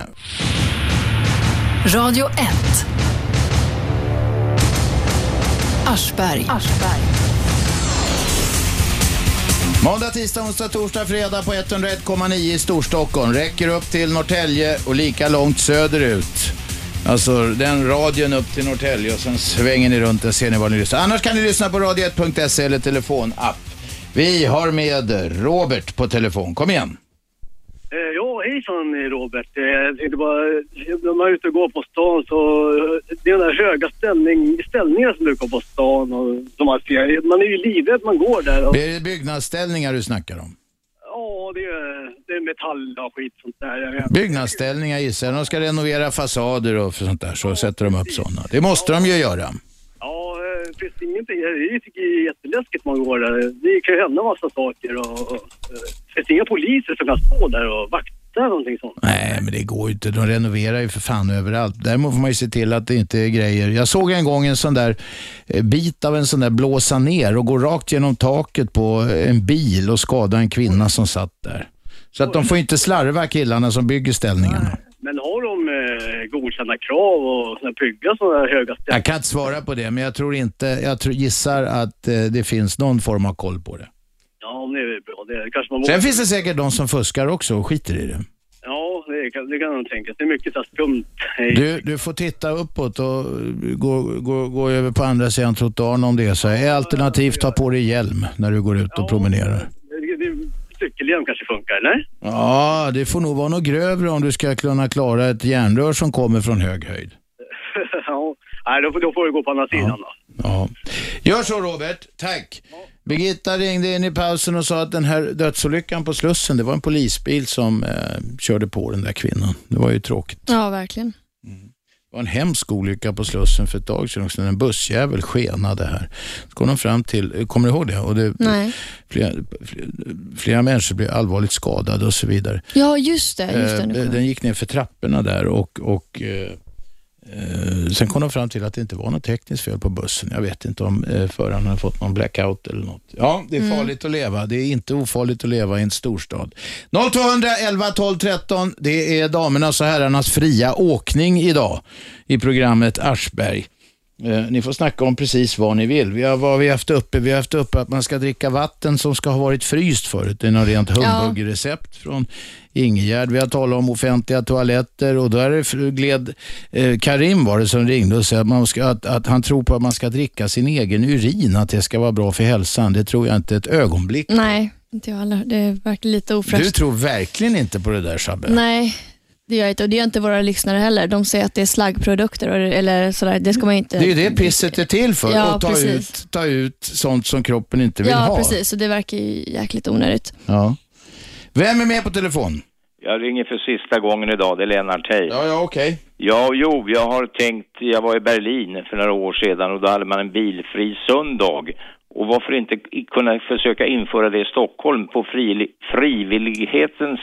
Radio 1. Aschberg. Måndag, tisdag, onsdag, torsdag, fredag på 101,9 i Storstockholm. Räcker upp till Norrtälje och lika långt söderut. Alltså den radion upp till Norrtälje och sen svänger ni runt och ser ni vad ni lyssnar. Annars kan ni lyssna på radio1.se eller telefonapp. Vi har med Robert på telefon. Kom igen. Ja, hejsan Robert. När man är ute och går på stan så det är den där höga ställningar som brukar på stan och som man ser. Man är ju livrädd att man går där. Och... Det är byggnadsställningar du snackar om? Ja, det är metall och skit sånt där. Byggnadsställningar gissar jag. De ska renovera fasader och sånt där, så sätter de upp sådana. Det måste de ju göra. Ja, det finns ingenting. Jag tycker det är jätteläskigt man går där. Det kan ju hända massa saker och det finns inga poliser som kan stå där och vakta någonting sånt. Nej, men det går ju inte. De renoverar ju för fan överallt. Däremot får man ju se till att det inte är grejer. Jag såg en gång en sån där bit av en sån där blåsa ner och gå rakt genom taket på en bil och skada en kvinna som satt där. Så att de får inte slarva killarna som bygger ställningarna. Nej. Men har de godkända krav och bygga sådana här höga ställningar? Jag kan inte svara på det, men gissar att det finns någon form av koll på det. Ja, det är bra. Det kanske man Sen finns det säkert de som fuskar också och skiter i det. Ja, det kan man tänka. Det är mycket så skumt. Du får titta uppåt och gå över på andra sidan trottoaren om det är så. Alternativt ta på dig hjälm när du går ut och promenerar. Cykelhjälm kanske funkar, eller? Ja, det får nog vara något grövre om du ska kunna klara ett järnrör som kommer från hög höjd. Ja, nej, då får du gå på andra sidan då. Ja. Gör så Robert, tack. Ja. Birgitta ringde in i pausen och sa att den här dödsolyckan på Slussen, det var en polisbil som körde på den där kvinnan. Det var ju tråkigt. Ja, verkligen. Det var en hemsk olycka på Slussen för ett tag sedan också. En bussjävel skenade här. Så kom de fram till, kommer du ihåg det? Och Nej. Flera människor blev allvarligt skadade och så vidare. Ja, just det. Den gick ner för trapporna där och sen kom de fram till att det inte var något tekniskt fel på bussen. Jag vet inte om föraren har fått någon blackout eller något. Ja, det är farligt att leva. Det är inte ofarligt att leva i en storstad. 0211 12 13. Det är damernas och herrarnas fria åkning idag i programmet Aschberg. Ni får snacka om precis vad ni vill. Vi har haft uppe att man ska dricka vatten som ska ha varit fryst förut. Det är något rent humbug-recept från Ingegärd. Vi har talat om offentliga toaletter och då är det Karim var det som ringde och sa att han tror på att man ska dricka sin egen urin, att det ska vara bra för hälsan. Det tror jag inte ett ögonblick. Nej, inte jag heller. Det är verkligen lite ofräscht. Du tror verkligen inte på det där, Shabbe? Nej. Det gör inte, och det gör inte våra lyssnare heller. De säger att det är slaggprodukter eller sådär. Det ska man inte... Det är ju det pisset är till för. Ja, att ta ut sånt som kroppen inte vill ha. Ja, precis. Så det verkar ju jäkligt onödigt. Ja. Vem är med på telefon? Jag ringer för sista gången idag. Det är Lennart Hej. Ja, okej. Ja, jag har tänkt... Jag var i Berlin för några år sedan och då hade man en bilfri söndag. Och varför inte kunna försöka införa det i Stockholm på frivillighetens...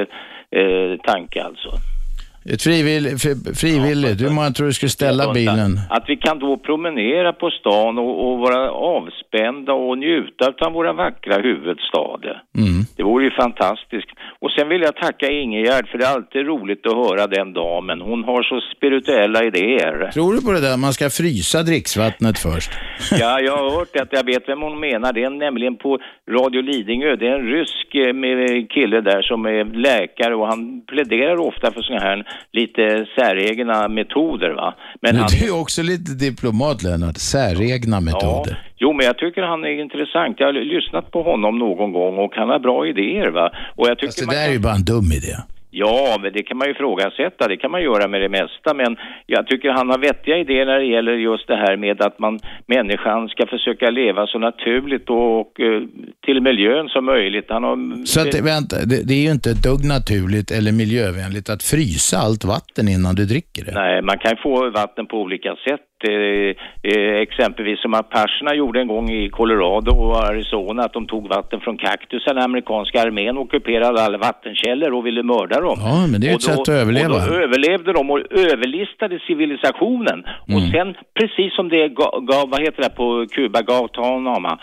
tanke alltså. Ett frivilligt. Hur många tror du skulle ställa bilen? Att vi kan då promenera på stan och vara avspända och njuta av våra vackra huvudstad. Det vore ju fantastiskt. Och sen vill jag tacka Ingegärd för det är alltid roligt att höra den damen. Hon har så spirituella idéer. Tror du på det där? Man ska frysa dricksvattnet först. Ja, jag har hört att jag vet vem hon menar. Det är nämligen på Radio Lidingö. Det är en rysk kille där som är läkare och han pläderar ofta för såna här lite säregna metoder, va? Men du är ju också lite diplomat, Lennart. Säregna metoder. Ja. Jo, men jag tycker han är intressant. Jag har lyssnat på honom någon gång och han har bra idéer, va? Och jag tycker alltså, det där är ju bara en dum idé. Ja, men det kan man ju ifrågasätta. Det kan man göra med det mesta. Men jag tycker han har vettiga idéer när det gäller just det här med att människan ska försöka leva så naturligt och till miljön som möjligt. Så att, vänta, det är ju inte ett dugg naturligt eller miljövänligt att frysa allt vatten innan du dricker det. Nej, man kan få vatten på olika sätt. Exempelvis som Apacherna gjorde en gång i Colorado och Arizona, att de tog vatten från kaktusen. Amerikanska armén ockuperade alla vattenkällor och ville mörda dem. Ja, men det är ett sätt att överleva. Och då överlevde de och överlistade civilisationen. Och sen, precis som det gav, vad heter det på Kuba, Guantanamo.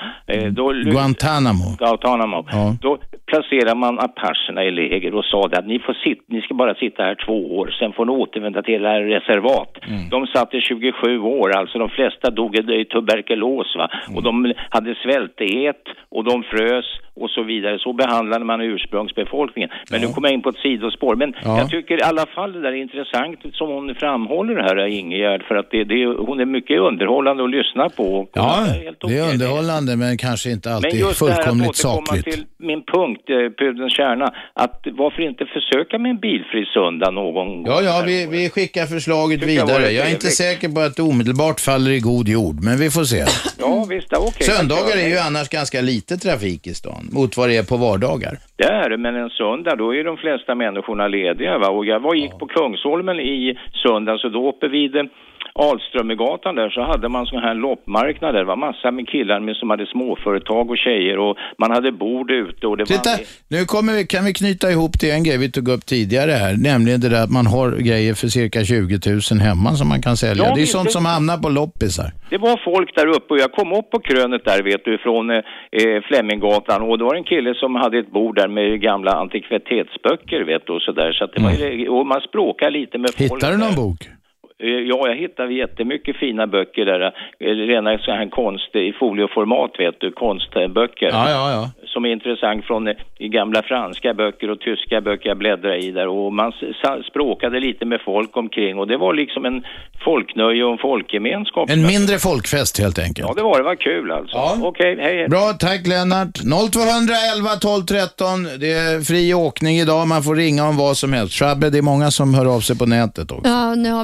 Guantanamo. Ja. Då placerar man Apacherna i läger och sa att ni ska bara sitta här 2 år, sen får ni återvända till det här reservat. De satt i 27 år, alltså de flesta dog i tuberkulos, va? Och de hade svältdiet och de frös och så vidare. Så behandlade man ursprungsbefolkningen. Men nu kommer jag in på ett sidospår. Men jag tycker i alla fall det där är intressant som hon framhåller det här, Ingegärd, för att hon är mycket underhållande att lyssna på. Ja, det är underhållande men kanske inte alltid fullkomligt sakligt. Till min punkt, pudelns kärna, att varför inte försöka med en bilfri söndag någon gång? Ja, vi skickar förslaget vidare. Jag är inte säker på att det omedelbart faller i god jord, men vi får se. Ja, visst, okej. Söndagar är ju annars ganska lite trafik i stan mot vad det är på vardagar. Det är det, men en söndag då är de flesta människorna lediga, va? Och jag gick på Kungsholmen i söndag, så då uppe vid Alströmegatan där så hade man sån här loppmarknad där. Det var massa med killar som hade småföretag och tjejer och man hade bord ute och det Titta, nu kan vi knyta ihop till en grej vi tog upp tidigare här, nämligen det där att man har grejer för cirka 20 000 hemma som man kan sälja. Ja, det är sånt som hamnar på loppisar. Det var folk där uppe och jag kom upp på krönet där, vet du, från Fleminggatan, och då var en kille som hade ett bord där med gamla antikvitetsböcker, vet du, och sådär. Så att det var, och man språkar lite med folk. Hittar du någon bok? Ja, jag hittade jättemycket fina böcker där. Rena så här konst i folioformat, vet du, konstböcker. Ja. Som är intressant från i gamla franska böcker och tyska böcker jag bläddrade i där. Och man språkade lite med folk omkring. Och det var liksom en folknöje och en folkgemenskap. En mindre folkfest helt enkelt. Ja, det var kul alltså. Ja. Okej, hej. Bra, tack Lennart. 0211 12 13. Det är fri åkning idag. Man får ringa om vad som helst. Shabbe, det är många som hör av sig på nätet också. Ja, nu har vi en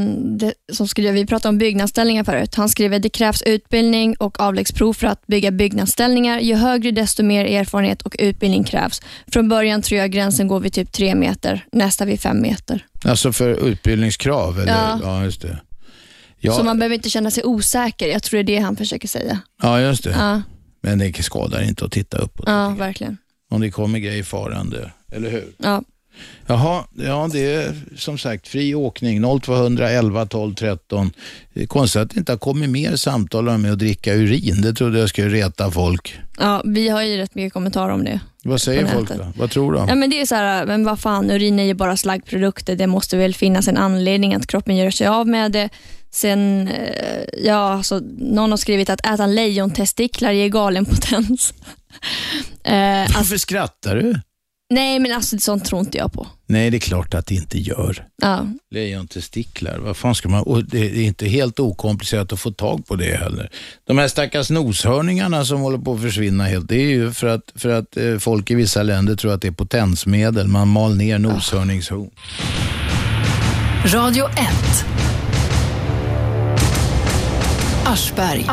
som skriver, vi pratade om byggnadsställningar förut. Han skriver, det krävs utbildning och avläggsprov för att bygga byggnadsställningar. Ju högre desto mer erfarenhet och utbildning krävs. Från början tror jag gränsen går vid typ 3 meter, nästa vid 5 meter. Alltså för utbildningskrav? Eller? Ja, just det. Ja. Så man behöver inte känna sig osäker. Jag tror det är det han försöker säga. Ja, just det. Ja. Men det skadar inte att titta uppåt. Ja, verkligen. Om det kommer grejer farande, eller hur? Ja. Jaha, ja, det är som sagt fri åkning 0200 11 12 13. Det är konstigt att det inte har kommit mer samtal om att dricka urin. Det trodde jag skulle reta folk. Ja, vi har ju rätt mycket kommentarer om det. Vad säger folk då? Vad tror de? Ja, men det är så här, men vad fan, urin är ju bara slaggprodukter. Det måste väl finnas en anledning att kroppen gör sig av med det. Sen, ja, så någon har skrivit att äta lejontestiklar ger galen potens. Varför skrattar du? Nej, men alltså sånt tror inte jag på. Nej, det är klart att det inte gör. Ja. Lejontestiklar, vad fan ska man... Och det är inte helt okomplicerat att få tag på det heller. De här stackars noshörningarna som håller på att försvinna helt, det är ju för att folk i vissa länder tror att det är potensmedel. Man mal ner noshörningshorn. Radio 1. Aschberg.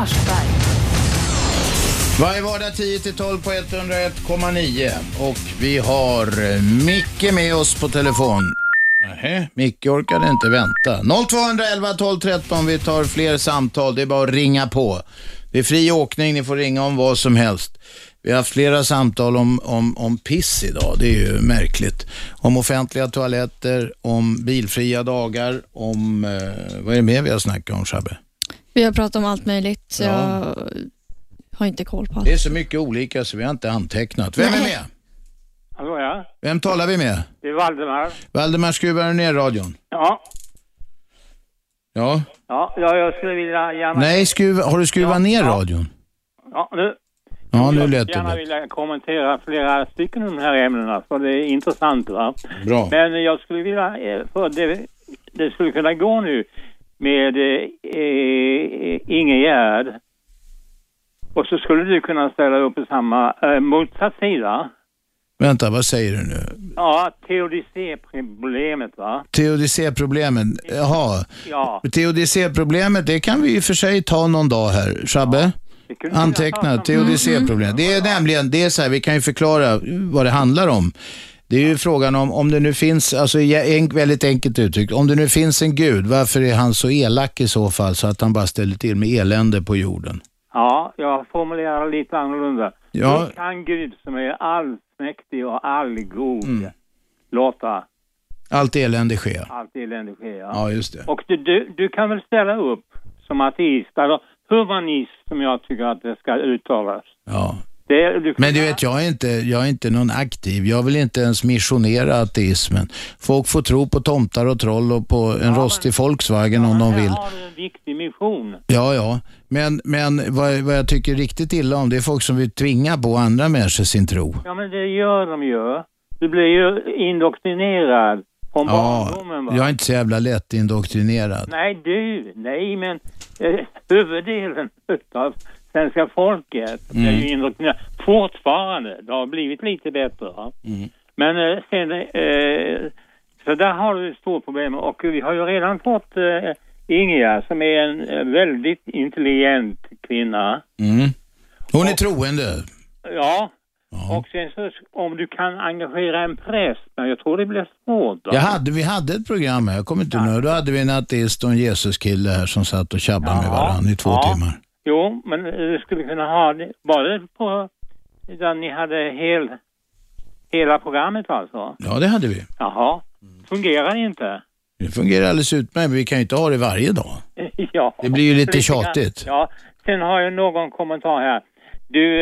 Varje vardag 10-12 på 101,9 och vi har Micke med oss på telefon. Nej, Micke orkade inte vänta. 0211 12 13, vi tar fler samtal, det är bara att ringa på. Det är fri åkning, ni får ringa om vad som helst. Vi har haft flera samtal om piss idag, det är ju märkligt. Om offentliga toaletter, om bilfria dagar, om... vad är det mer vi har snackat om, Shabbe? Vi har pratat om allt möjligt, så jag har inte koll på allt. Det är så mycket olika så vi har inte antecknat. Vem är med? Hallå, ja. Vem talar vi med? Det är Valdemar. Valdemar, skruvar du ner radion? Ja. Ja. Ja, jag skulle vilja gärna... Nej, har du skruvat ner radion? Ja, nu. Ja, nu lät det. Jag skulle gärna vilja kommentera flera stycken av de här ämnena, för det är intressant, va? Bra. Men jag skulle vilja, för det skulle kunna gå nu med Ingegärd. Och så skulle du kunna ställa upp på samma motsatt sida. Vänta, vad säger du nu? Ja, teodicéproblemet, va? Teodicéproblemen, jaha. Ja. Teodicéproblemet, det kan vi i och för sig ta någon dag här. Shabbe? Ja, anteckna, teodicéproblemet. Det är nämligen, det är så här, vi kan ju förklara vad det handlar om. Det är ju frågan om det nu finns, alltså väldigt enkelt uttryckt, om det nu finns en gud, varför är han så elak i så fall så att han bara ställer till med elände på jorden? Ja, jag formulerar lite annorlunda. Ja. Hur kan Gud som är allsmäktig och allgod låta allt elände ske? Allt elände ske, ja. Ja, just det. Och du kan väl ställa upp som ateist, eller humanist som jag tycker att det ska uttalas. Ja. Men du vet, jag är inte någon aktiv. Jag vill inte ens missionera ateismen. Folk får tro på tomtar och troll och på en rostig Volkswagen om de vill. Det har en viktig mission. Ja. Men vad jag tycker riktigt illa om, det är folk som vill tvinga på andra människor sin tro. Ja, men det gör de ju. Du blir ju indoktrinerad från barndomen, va? Jag är inte så jävla lätt indoktrinerad. Nej, men huvuddelen utav svenska folket är ju indoktrinerad. Fortfarande, det har blivit lite bättre. Va? Men sen, så där har du ett stort problem. Och vi har ju redan fått Ingegärd som är en väldigt intelligent kvinna. Hon är troende. Ja. Och sen så, om du kan engagera en präst, men jag tror det blir svårt. Vi hade ett program här, jag kommer inte nu. Då hade vi en ateist och en Jesuskille här som satt och tjabbade med varandra i 2 timmar. Jo, men du skulle kunna ha det bara på där ni hade hela programmet alltså. Ja, det hade vi. Jaha. Fungerar det inte? Det fungerar alldeles utmärkt, men vi kan ju inte ha det varje dag. Ja. Det blir ju lite tjatigt. Ja, sen har jag någon kommentar här. Du,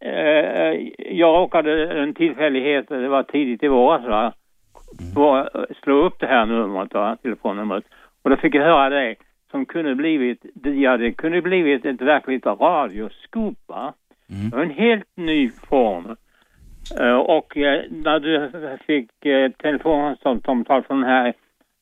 jag råkade en tillfällighet, det var tidigt i våras, va? Slå upp det här numret, va? Telefonnumret. Och då fick jag höra det som kunde blivit, det kunde blivit ett verkligt radioskop, va? Det var en helt ny form. Och när du fick telefonsamtal från den här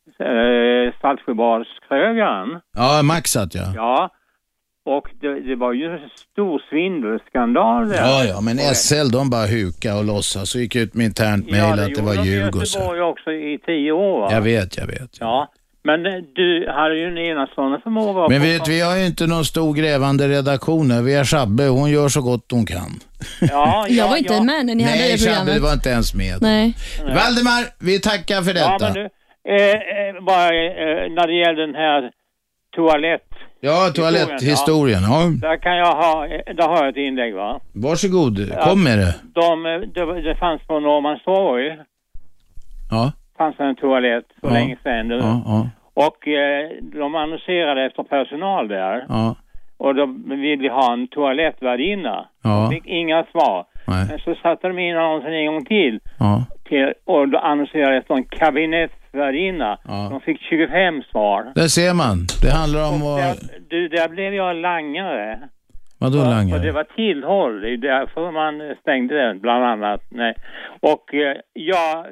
Saltsjöbadskrögaren. Ja, Maxat, ja. Ja. Och det var ju en stor svindelskandal där. Ja, men SL de bara huka och lossa så gick ut med internt mejl att det var ljug och så. Det var ju också i 10 år, va? Jag vet. Ja, Men du hade ju en enastående förmåga. Men vi har ju inte någon stor grävande redaktion här. Vi har Shabbe, hon gör så gott hon kan. Ja, jag var inte med när ni hade det programmet. Nej, Shabbe var inte ens med. Nej. Valdemar, vi tackar för detta. Ja, men du, bara när det gäller den här toaletthistorien. Ja. Där har jag ett inlägg, va? Varsågod, kom med det. Det fanns på Norrmalmstorg. Ja. Fanns en toalett för länge sedan. Ja. Och de annonserade efter personal där. Ja. Och de ville ha en toalettvärdinna. Ja. De fick inga svar. Nej. Men så satte de in annonsen en gång till. Ja. Och då annonserade efter en kabinettsvärdinna. Ja. De fick 25 svar. Där ser man. Det handlar om att... Där blev jag langare. Vadå langare? Och det var tillhåll. Det är därför man stängde den, bland annat. Nej. Och jag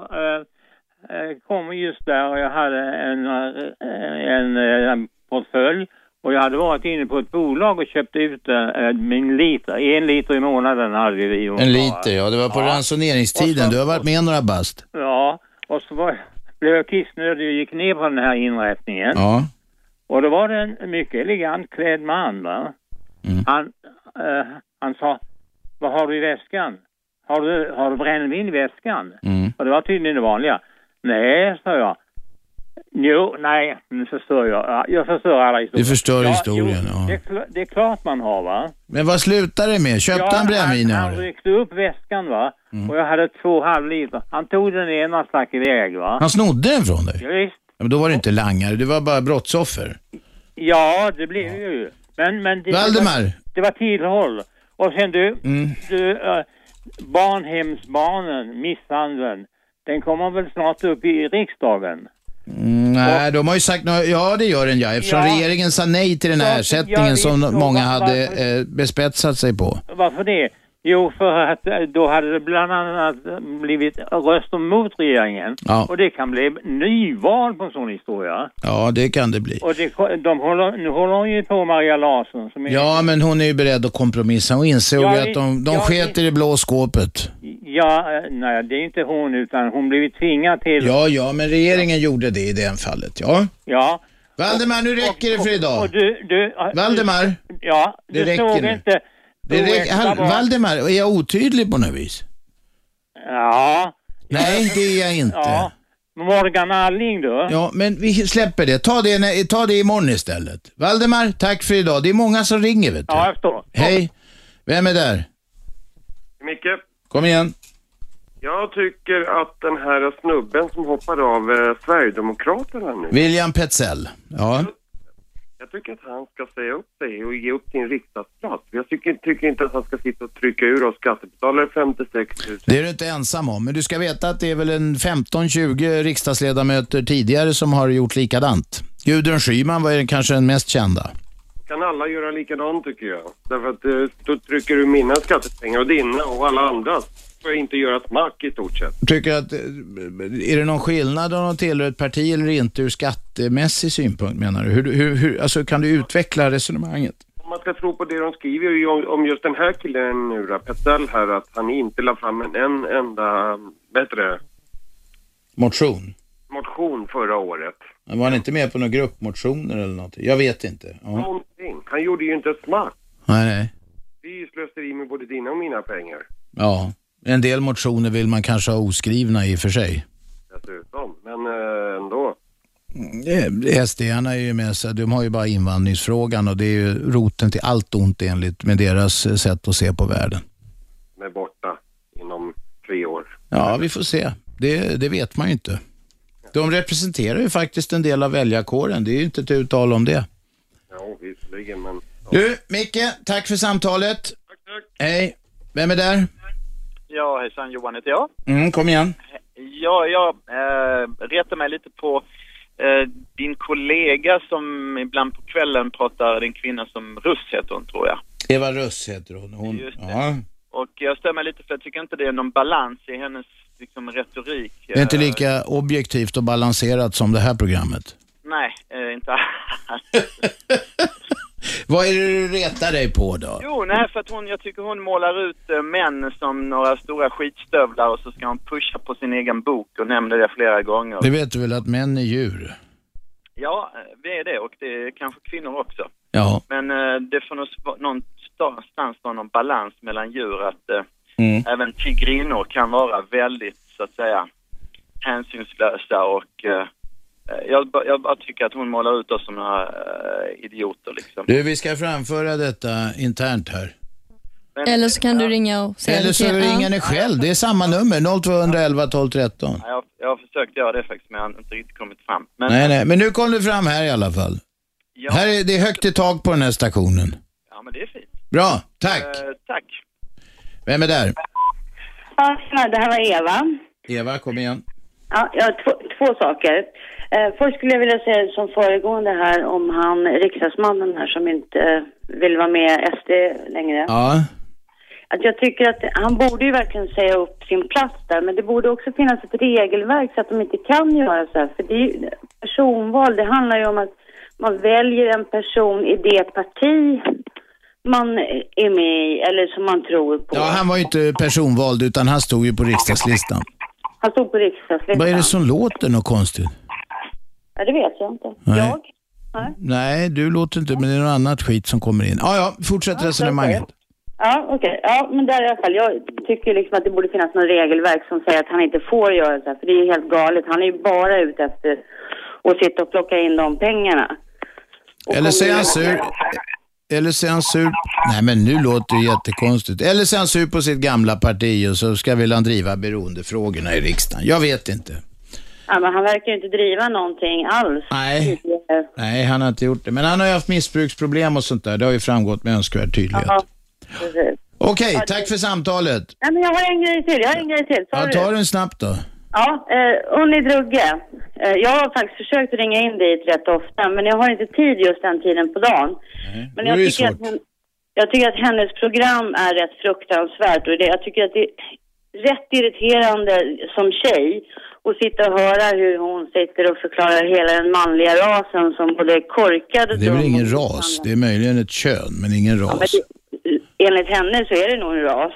kom just där och jag hade en portfölj. Och jag hade varit inne på ett bolag och köpt ut min liter. 1 liter i månaden hade vi. En liter, ja. Det var på ransoneringstiden. Du har varit med några bast. Ja, och så blev jag kissnödig och gick ner på den här inrättningen. Ja. Och då var det en mycket elegant klädd man, va? Mm. Han sa, vad har du i väskan? Har du brännvin i väskan? Mm. Och det var tydligen det vanliga. Nej, sa jag. Jo, nej, nu förstör jag. Jag förstör alla historier. Du förstör historien, ja. Det är klart man har, va? Men vad slutar det med? Köpte han brännvin? Han ryckte upp väskan, va? Och jag hade 2,5 liter. Han tog den ena och stack iväg, va? Han snodde den från dig? Ja, visst. Men då var det inte langare, det var bara brottsoffer. Ja, det blev ju. Men Valdemar. Det var tillhåll. Och sen barnhemsbarnen, misshandeln, den kommer väl snart upp i riksdagen? Nej, de har ju sagt ja, det gör den, eftersom regeringen sa nej till den här ersättningen som många hade bespetsat sig på. Varför det? Jo, för att då hade det bland annat blivit röster mot regeringen. Ja. Och det kan bli nyval på en sån historia. Ja, det kan det bli. Och nu håller hon ju på Maria Larsson. Ja, men hon är ju beredd att kompromissa och insåg att de sket i det blå skåpet. Ja, nej, det är inte hon utan hon blev tvingad till... Ja, men regeringen gjorde det i det fallet, ja. Ja. Valdemar, nu räcker det för idag. Och du, Valdemar. Ja, det räcker nu. Inte... Valdemar, är jag otydlig på något vis? Ja. Nej, det är jag inte. Ja. Morgan Alling då? Ja, men vi släpper det. Ta det imorgon istället. Valdemar, tack för idag. Det är många som ringer, vet du. Ja, jag förstår. Hej. Vem är där? Micke. Kom igen. Jag tycker att den här snubben som hoppar av Sverigedemokraterna nu. William Petzell. Ja. Jag tycker att han ska säga upp sig och ge upp sin riksdagsplats. Jag tycker inte att han ska sitta och trycka ur oss skattebetalare 56 000. Det är du inte ensam om, men du ska veta att det är väl en 15-20 riksdagsledamöter tidigare som har gjort likadant. Gudrun Schyman var kanske den mest kända. Kan alla göra likadant, tycker jag. Därför att då trycker du mina skattepengar och dina och alla andra får inte göra smack i stort sett. Tycker att, är det någon skillnad om de tillhör ett parti eller inte ur skattemässig synpunkt, menar du? Hur alltså, kan du utveckla resonemanget? Om man ska tro på det de skriver ju om just den här killen nu då, Petzell här, att han inte la fram en enda bättre motion förra året. Var han inte med på några gruppmotioner eller något? Jag vet inte. Ja. Någonting. Han gjorde ju inte smack. Nej. Det är ju slöseri med både dina och mina pengar. Ja, en del motioner vill man kanske ha oskrivna i och för sig. Dessutom, men ändå. SD-arna är ju med sig, de har ju bara invandringsfrågan och det är ju roten till allt ont enligt med deras sätt att se på världen. Med borta inom 3 år. Ja, vi får se. Det vet man ju inte. De representerar ju faktiskt en del av väljarkåren. Det är ju inte ett uttal om det. Ja, visserligen, men... Ja. Du, Micke, tack för samtalet. Tack. Hej. Vem är där? Ja, hejsan, Johan heter jag. Kom igen. Ja, jag retar mig lite på din kollega som ibland på kvällen pratar, en kvinna som Russ heter hon, tror jag. Eva Russ heter hon. Just det. Ja. Och jag stämmer lite för jag tycker inte det är någon balans i hennes liksom, retorik. Det är inte lika objektivt och balanserat som det här programmet. Nej, inte alls. Vad är det du retar dig på då? Jo, nej, för att jag tycker hon målar ut män som några stora skitstövlar och så ska hon pusha på sin egen bok och nämnde det flera gånger. Det vet du väl att män är djur? Ja, vi är det och det är kanske kvinnor också. Ja. Men det får nog någonstans vara någon balans mellan djur att även tigrinnor kan vara väldigt, så att säga, hänsynslösa och jag bara tycker att hon målar ut oss som några idioter liksom. Du, vi ska framföra detta internt här. Eller så kan du ringa och säga eller så ringer ni själv. Det är samma nummer, 0211 12 13. Ja, jag har försökt göra det faktiskt, men jag har inte riktigt kommit fram. Nej, men nu kom du fram här i alla fall. Ja. Här är det högt i tak på den här stationen. Ja, men det är fint. Bra, tack. Tack. Vem är där? Ja, det här var Eva. Eva, kom igen. Ja, jag har två saker. Först skulle jag vilja säga som föregående här om han riksdagsmannen här som inte vill vara med SD längre. Ja. Att jag tycker att han borde ju verkligen säga upp sin plats där, men det borde också finnas ett regelverk så att de inte kan göra så här. För det är ju, personval, det handlar ju om att man väljer en person i det parti man är med i, eller som man tror på. Ja, han var ju inte personvald utan han stod ju på riksdagslistan. Han stod på riksdagslistan. Vad är det som låter något konstigt? Ja, det vet jag inte. Nej. Jag? Nej, du låter inte, men det är något annat skit som kommer in. Ja, fortsätt resonemanget. Ja, okej. Ja, men där i alla fall. Jag tycker liksom att det borde finnas något regelverk som säger att han inte får göra så här. För det är helt galet. Han är ju bara ute efter att sitta och plocka in de pengarna. Eller så är han sur. Eller så är han sur. Nej, men nu låter det jättekonstigt. Eller så är han sur på sitt gamla parti och så ska väl han driva beroendefrågorna i riksdagen. Jag vet inte. Ja, men han verkar ju inte driva någonting alls. Nej, han har inte gjort det. Men han har ju haft missbruksproblem och sånt där. Det har ju framgått med önskvärd tydlighet. Ja, precis. Okej, tack för samtalet. Nej, men jag har en grej till. Ja, ta den snabbt då. Ja, Unni Drugge. Jag har faktiskt försökt ringa in dit rätt ofta, men jag har inte tid just den tiden på dagen. Men jag tycker att hennes program är rätt fruktansvärt. Och jag tycker att det är rätt irriterande som tjej och sitta och höra hur hon sitter och förklarar hela den manliga rasen som både är korkad och det är väl ingen ras, det är möjligen ett kön, men ingen ras. Ja, men enligt henne så är det nog en ras.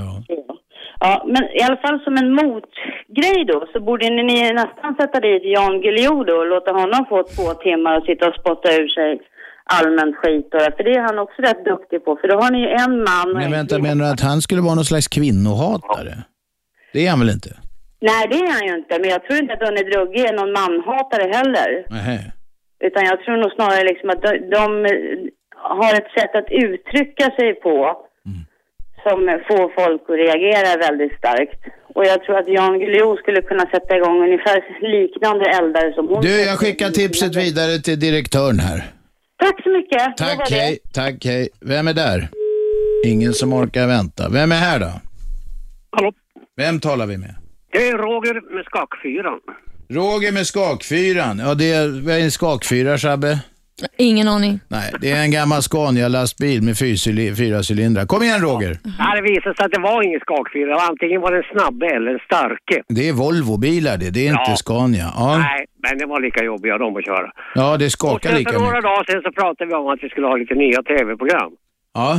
Ja, men i alla fall som en motgrej då så borde ni nästan sätta dit Jan Guillou då och låta honom få 2 timmar och sitta och spotta ur sig allmänt skit då, för det är han också rätt duktig på, för då har ni ju en man. Men vänta, menar du att han skulle vara någon slags kvinnohatare? Det är han väl inte? Nej, det är han ju inte, men jag tror inte att Unni Drugge är någon manhatare heller. Nej. Utan jag tror nog snarare liksom att de har ett sätt att uttrycka sig på som får folk att reagera väldigt starkt. Och jag tror att Jan Guillou skulle kunna sätta igång ungefär liknande eldar som hon. Du, jag skickar tipset vidare till direktören här. Tack så mycket. Tack, hej. Vem är där? Ingen som orkar vänta. Vem är här då? Hallå? Vem talar vi med? Det är Roger med skakfyran. Roger med skakfyran. Ja, det är, vad är en skakfyra, Shabbe? Ingen aning. Nej, det är en gammal Scania-lastbil med 4 cylindrar. Kom igen, Roger. Ja, det visade sig att det var ingen skakfyra. Antingen var det en snabbe eller en starke. Det är Volvo-bilar det är inte Scania. Ja. Nej, men det var lika jobbiga de att köra. Ja, det skakar lika mycket. För några dagar sedan så pratade vi om att vi skulle ha lite nya tv-program. Ja.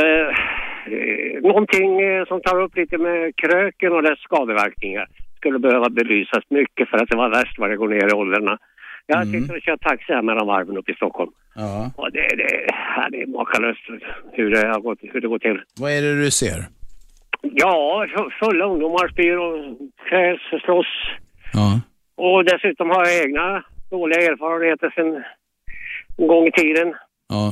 Någonting som tar upp lite med kröken och dess skadeverkningar skulle behöva belysas mycket för att det var värst vad det går ner i åldrarna. Jag sitter och kör taxi här mellan varven upp i Stockholm. Ja. Och det är makalöst hur det går till. Vad är det du ser? Ja, fulla ungdomar spyr och krävs, slåss. Ja. Och dessutom har jag egna dåliga erfarenheter sedan en gång i tiden. Ja.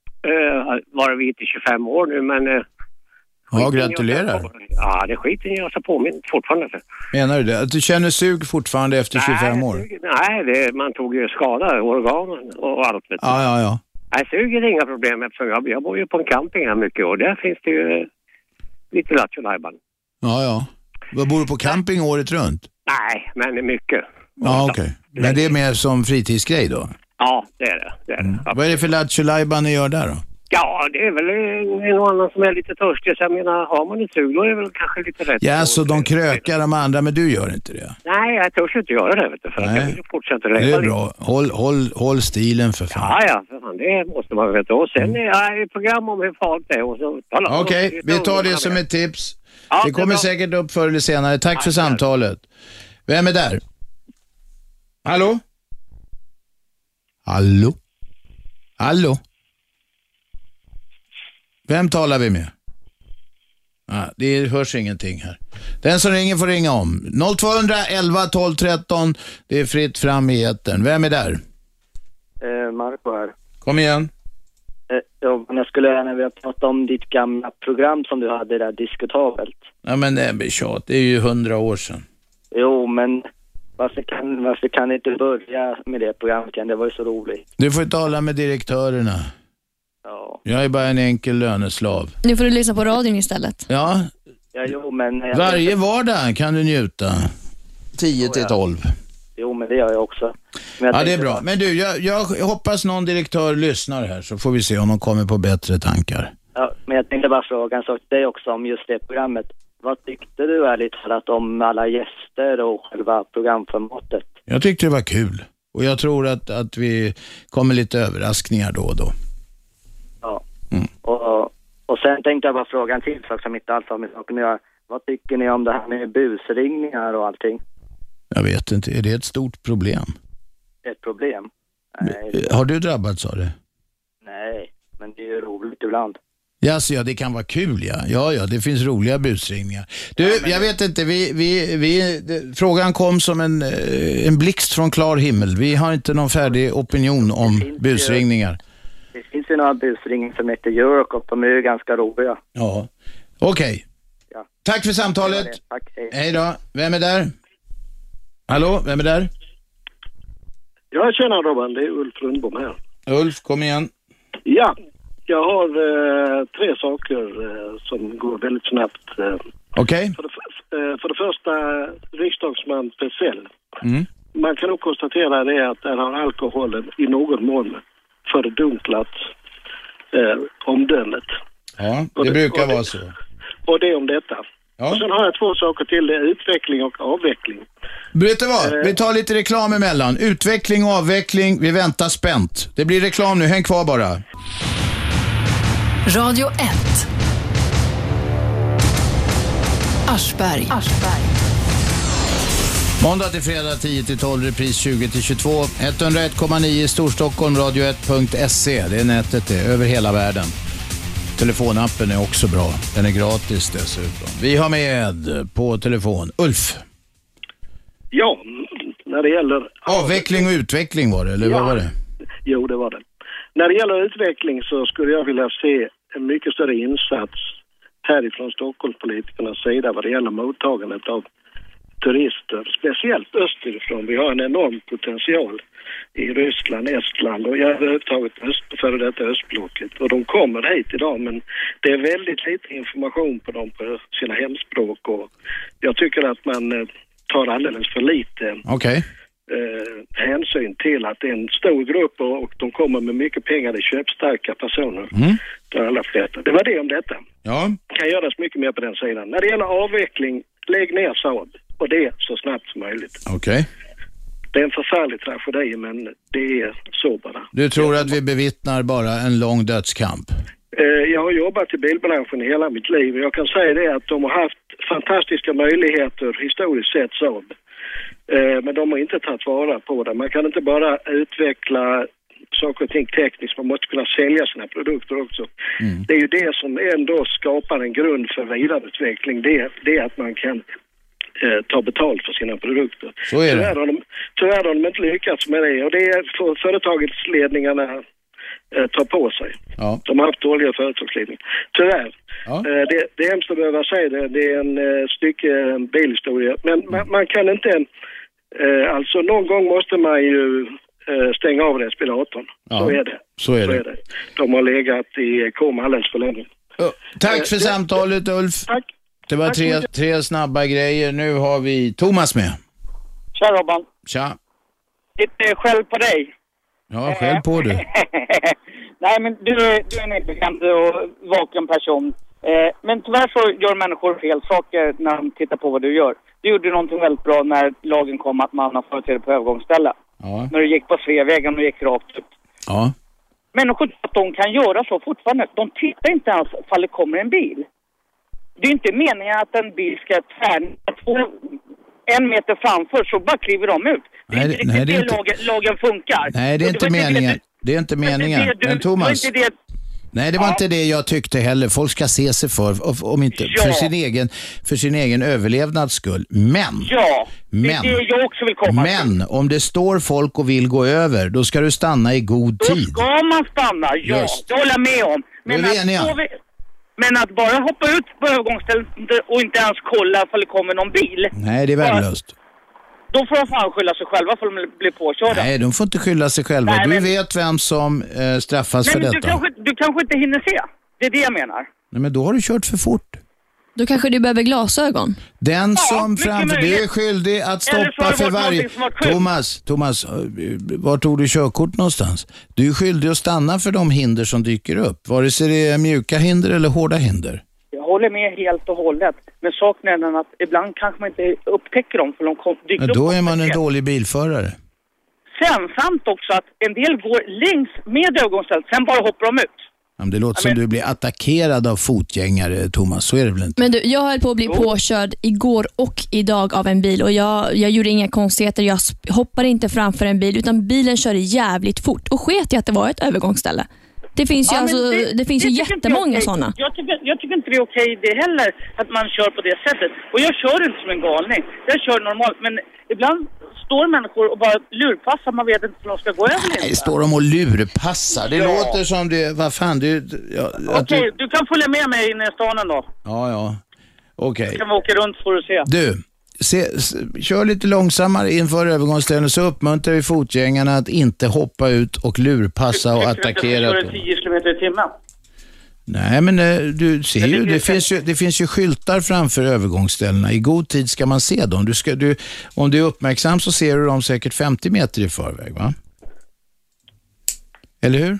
Var vi till 25 år nu, men... Ja, gratulerar. Ja, det skiten jag så påminner fortfarande. Menar du det? Att du känner sug fortfarande efter 25 år? Nej, man tog ju skada, organ och allt. Ja. Nej, suger är inga problem eftersom jag bor ju på en camping här mycket och där finns det ju lite lattjolajban. Ja. Vad bor du på camping året runt? Nej, men mycket. Ja, okej. Men det är mer som fritidsgrej då? Ja, det är det. Vad är det för lattjolajban ni gör där då? Ja, det är väl en och annan som är lite törstig. Så jag menar, har man ett sug då är det väl kanske lite rätt. Ja, så de krökar de andra, men du gör inte det? Nej, jag törs inte göra det, vet du, för att jag vill fortsätta leva. Det är bra. Håll stilen för fan. Ja, för fan, det måste man veta. Och sen är ett program om hur farligt det är. Okej, vi tar det som ett tips. Ja, det kommer säkert upp förr eller senare. Tack för samtalet. Vem är där? Hallå? Hallå? Hallå? Vem talar vi med? Det hörs ingenting här. Den som ringer får ringa om. 0211 12 13. Det är fritt fram i etern. Vem är där? Marco här. Kom igen. Men jag skulle gärna vilja prata om ditt gamla program som du hade där, Diskutabelt. Ja, men det blir tjat. Det är ju 100 år sedan. Jo, men varför kan inte börja med det programmet igen? Det var ju så roligt. Du får tala med direktörerna. Ja. Jag är bara en enkel löneslav. Nu får du lyssna på radion istället. Ja. Jo, men... Varje vardag kan du njuta. 10 till 12. Jo, men det gör jag också. Men det är bra. Men du, jag hoppas någon direktör lyssnar här så får vi se om de kommer på bättre tankar. Ja, men jag tänkte bara fråga en sak till dig också om just det programmet. Vad tyckte du ärligt talat om alla gäster och själva programformatet? Jag tyckte det var kul. Och jag tror att vi kommer lite överraskningar då och då. Ja. Och sen tänkte jag bara fråga en till sak som inte alls har med saken att göra. Vad tycker ni om det här med busringningar och allting? Jag vet inte. Är det ett stort problem? Ett problem? Nej. Har du drabbats av det? Nej, men det är ju roligt ibland. Ja, det kan vara kul, ja. Ja, det finns roliga busringningar. Du, jag vet inte, frågan kom som en blixt från klar himmel. Vi har inte någon färdig opinion om busringningar. Det finns ju några busringningar som heter Eurocop, de är ju ganska roliga. Ja, okej. Ja. Tack för samtalet. Tack, hej då. Vem är där? Hallå, vem är där? Jag känner Robban, det är Ulf Rundbom här. Ulf, kom igen. Ja, jag har 3 saker som går väldigt snabbt. Okej. För det första, riksdagsman Petzell. Mm. Man kan nog konstatera det att där har alkoholen i någon mån fördunklat omdömet. Ja, det brukar vara så. Och det om detta. Ja. Och sen har jag 2 saker till, det är utveckling och avveckling. Vet du vad? Vi tar lite reklam emellan. Utveckling och avveckling, vi väntar spänt. Det blir reklam nu, häng kvar bara. Radio 1. Aschberg. Måndag till fredag 10-12, repris 20-22. 101,9 Storstockholm, radio1.se. Det är nätet det, över hela världen. Telefonappen är också bra. Den är gratis dessutom. Vi har med på telefon Ulf. Ja, när det gäller... Avveckling och utveckling var det, eller vad var det? Jo, det var det. När det gäller utveckling så skulle jag vilja se en mycket större insats härifrån Stockholmspolitikernas sida vad det gäller mottagandet av turister, speciellt österifrån. Vi har en enorm potential i Ryssland, Estland och överhuvudtaget före detta östblocket. Och de kommer hit idag, men det är väldigt lite information på dem på sina hemspråk och jag tycker att man tar alldeles för lite hänsyn till att det är en stor grupp och de kommer med mycket pengar, det är köpstarka personer. De alla flesta. Det var det om detta. Ja. Kan göras mycket mer på den sidan. När det gäller avveckling, lägg ner Saab och det så snabbt som möjligt. Okej. Det är en förfärlig tragedi, men det är så bara. Du tror att vi bevittnar bara en lång dödskamp? Jag har jobbat i bilbranschen i hela mitt liv och jag kan säga det att de har haft fantastiska möjligheter historiskt sett Saab. Men de har inte tagit vara på det. Man kan inte bara utveckla saker och ting tekniskt, man måste kunna sälja sina produkter också. Det är ju det som ändå skapar en grund för vidareutveckling. Det är att man kan ta betalt för sina produkter. Så är det. Tyvärr har de inte lyckats med det och det är för företagets ledningarna tar på sig. Ja. De har haft dåliga företagsledning. Tyvärr. Ja. Det är hemskt att behöva säga det. Det är en stycke bilhistoria. Men man kan inte... alltså någon gång måste man ju stänga av respiratorn. Ja. Så är det. De har legat i koma alldeles för länge. Tack för samtalet Ulf. Tack. Det var tre snabba grejer. Nu har vi Thomas med. Tja Robban. Tja. Lite skäll på dig. Ja, skäll på du. Nej, men du är en intelligent och vaken person. Men tyvärr så gör människor fel saker när de tittar på vad du gör. Du gjorde någonting väldigt bra när lagen kom att man har företräde på övergångsställe. Ja. När du gick på Sveavägen och gick rakt ut. Ja. Människor, att de kan göra så fortfarande. De tittar inte ens ifall det kommer en bil. Det är inte meningen att en bil ska tvärna 1 meter framför så bara kliver de ut. Nej, det är inte lagen funkar. Nej, det är inte meningen. Det är inte meningen. Men Thomas... Nej, det var inte det jag tyckte heller. Folk ska se sig om inte för sin egen överlevnads skull. Men det är det jag också vill komma till. Men om det står folk och vill gå över, då ska du stanna i god tid. Då ska man stanna, ja. Just. Det håller jag med om. Men att bara hoppa ut på övergångsstället och inte ens kolla ifall det kommer någon bil. Nej, det är värdelöst. Då får de fan skylla sig själva för att de blir påkörda. Nej, de får inte skylla sig själva. Nej, du vet vem som straffas för detta. Du kanske inte hinner se. Det är det jag menar. Nej, men då har du kört för fort. Då kanske du behöver glasögon. Den som framför du är skyldig att stoppa för varje... Thomas, var tog du körkort någonstans? Du är skyldig att stanna för de hinder som dyker upp. Vare sig det är mjuka hinder eller hårda hinder. Jag håller med helt och hållet. Men saken är den att ibland kanske man inte upptäcker dem för de dyker upp. Då är man en dålig bilförare. Sen samt också att en del går längs med övergångsstället, sen bara hoppar de ut. Det låter som du blir attackerad av fotgängare, Thomas. Så är det väl inte? Men du, jag höll på att bli påkörd igår och idag av en bil. Och jag gjorde inga konstigheter. Jag hoppade inte framför en bil, utan bilen körde jävligt fort. Och sket i att det var ett övergångsställe. Det finns ju, det finns ju jättemånga sådana. Jag tycker inte det är okej det heller att man kör på det sättet. Och jag kör inte som en galning. Jag kör normalt. Men ibland står människor och bara lurpassar. Man vet inte om de ska gå över. Nej, står de och lurpassar. Det låter som det... Vad fan, Okej, du kan följa med mig in i stan då. Ja. Okej. Du kan åka runt för att se. Du, kör lite långsammare inför övergångsställen, så uppmuntrar vi fotgängarna att inte hoppa ut och lurpassa och attackera. Du kör 10 km i timmen. Nej, men du ser ju, det finns ju skyltar framför övergångsställena. I god tid ska man se dem. Om du är uppmärksam så ser du dem säkert 50 meter i förväg, va? Eller hur?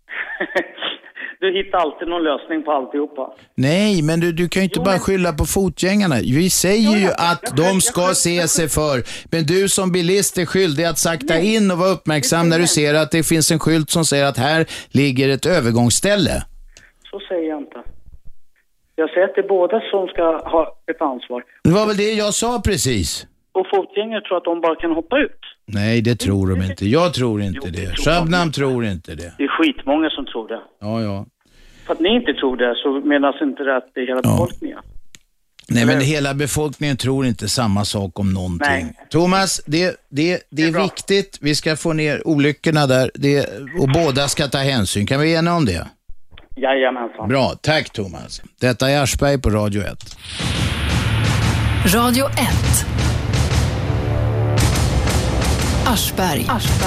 Du hittar alltid någon lösning på alltihopa. Nej, men du kan ju inte bara skylla på fotgängarna. Vi säger ju att de ska se sig för. Men du som bilist är skyldig att sakta in och vara uppmärksam när du ser att det finns en skylt som säger att här ligger ett övergångsställe. Så säger jag inte. Jag säger att det är båda som ska ha ett ansvar. Det var väl det jag sa precis. Och fotgängare tror att de bara kan hoppa ut. Nej, det tror de inte. Jag tror inte det. Shabnam tror inte det. Det är skitmånga som tror det. Ja. För att ni inte tror det så menas inte det att det är hela befolkningen. Nej, men hela befolkningen tror inte samma sak om någonting. Nej. Thomas, det är viktigt. Vi ska få ner olyckorna där. Och båda ska ta hänsyn. Kan vi ena om det? Jajamensan. Bra, tack Thomas. Detta är Aschberg på Radio 1. Radio 1. Aschberg.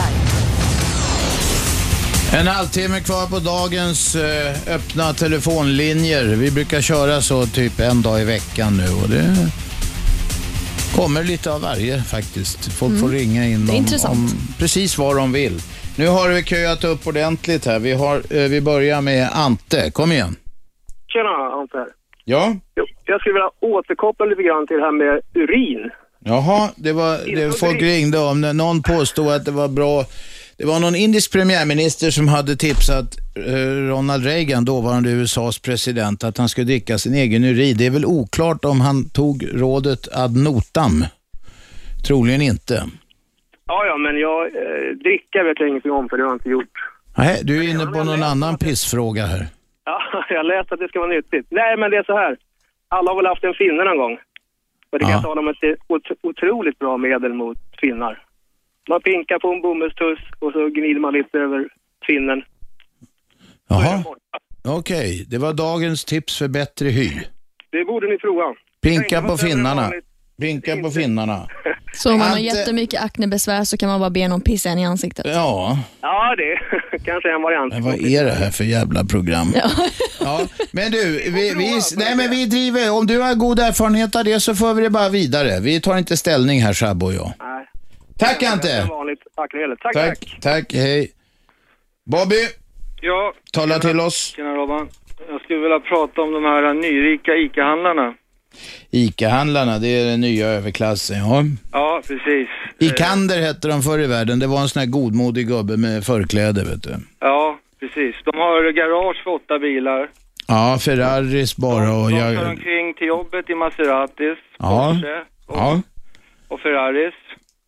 En halvtimme kvar på dagens öppna telefonlinjer. Vi brukar köra så typ en dag i veckan nu och det kommer lite av varje faktiskt. Folk får ringa in om precis vad de vill. Nu har vi köat upp ordentligt här. Vi börjar med Ante. Kom igen. Tjena, Ante här. Ja? Jag skulle vilja återkoppla lite grann till det här med urin. Jaha, det folk ringde om. Någon påstod att det var bra. Det var någon indisk premiärminister som hade tipsat Ronald Reagan, dåvarande USAs president, att han skulle dricka sin egen urin. Det är väl oklart om han tog rådet ad notam. Troligen inte. Ja, men jag dricka vet jag ingenting om för det har jag inte gjort. Nej, du är inne på någon annan pissfråga här. Ja, jag läste att det ska vara nyttigt. Nej, men det är så här. Alla har väl haft en finne någon gång. Och det kan jag tala om att det är otroligt bra medel mot finnar. Man pinkar på en bomullstuss och så gnider man lite över finnen. Jaha, okej. Det var dagens tips för bättre hy. Det borde ni prova. Pinka på finnarna. Pinka på finnarna. Så om man har jättemycket aknebesvär så kan man bara be någon pissa en i ansiktet. Ja. Ja, det är kanske en variant. Men vad är det här för jävla program? Ja. Men du, vi driver. Om du har god erfarenhet av det så får vi det bara vidare. Vi tar inte ställning här, Shabbo och jag. Nej. Tack Ante. Tack, hej. Bobby. Ja. Tala till oss. Tjena Robban. Jag skulle vilja prata om de här nyrika ICA-handlarna. ICA-handlarna, det är den nya överklassen, ja. Ja, precis. Ikander hette de förr i världen. Det var en sån här godmodig gubbe med förkläde, vet du. Ja, precis. De har garage för 8 bilar. Ja, Ferraris bara. De tar omkring till jobbet i Maseratis, ja. Porsche och Ferraris.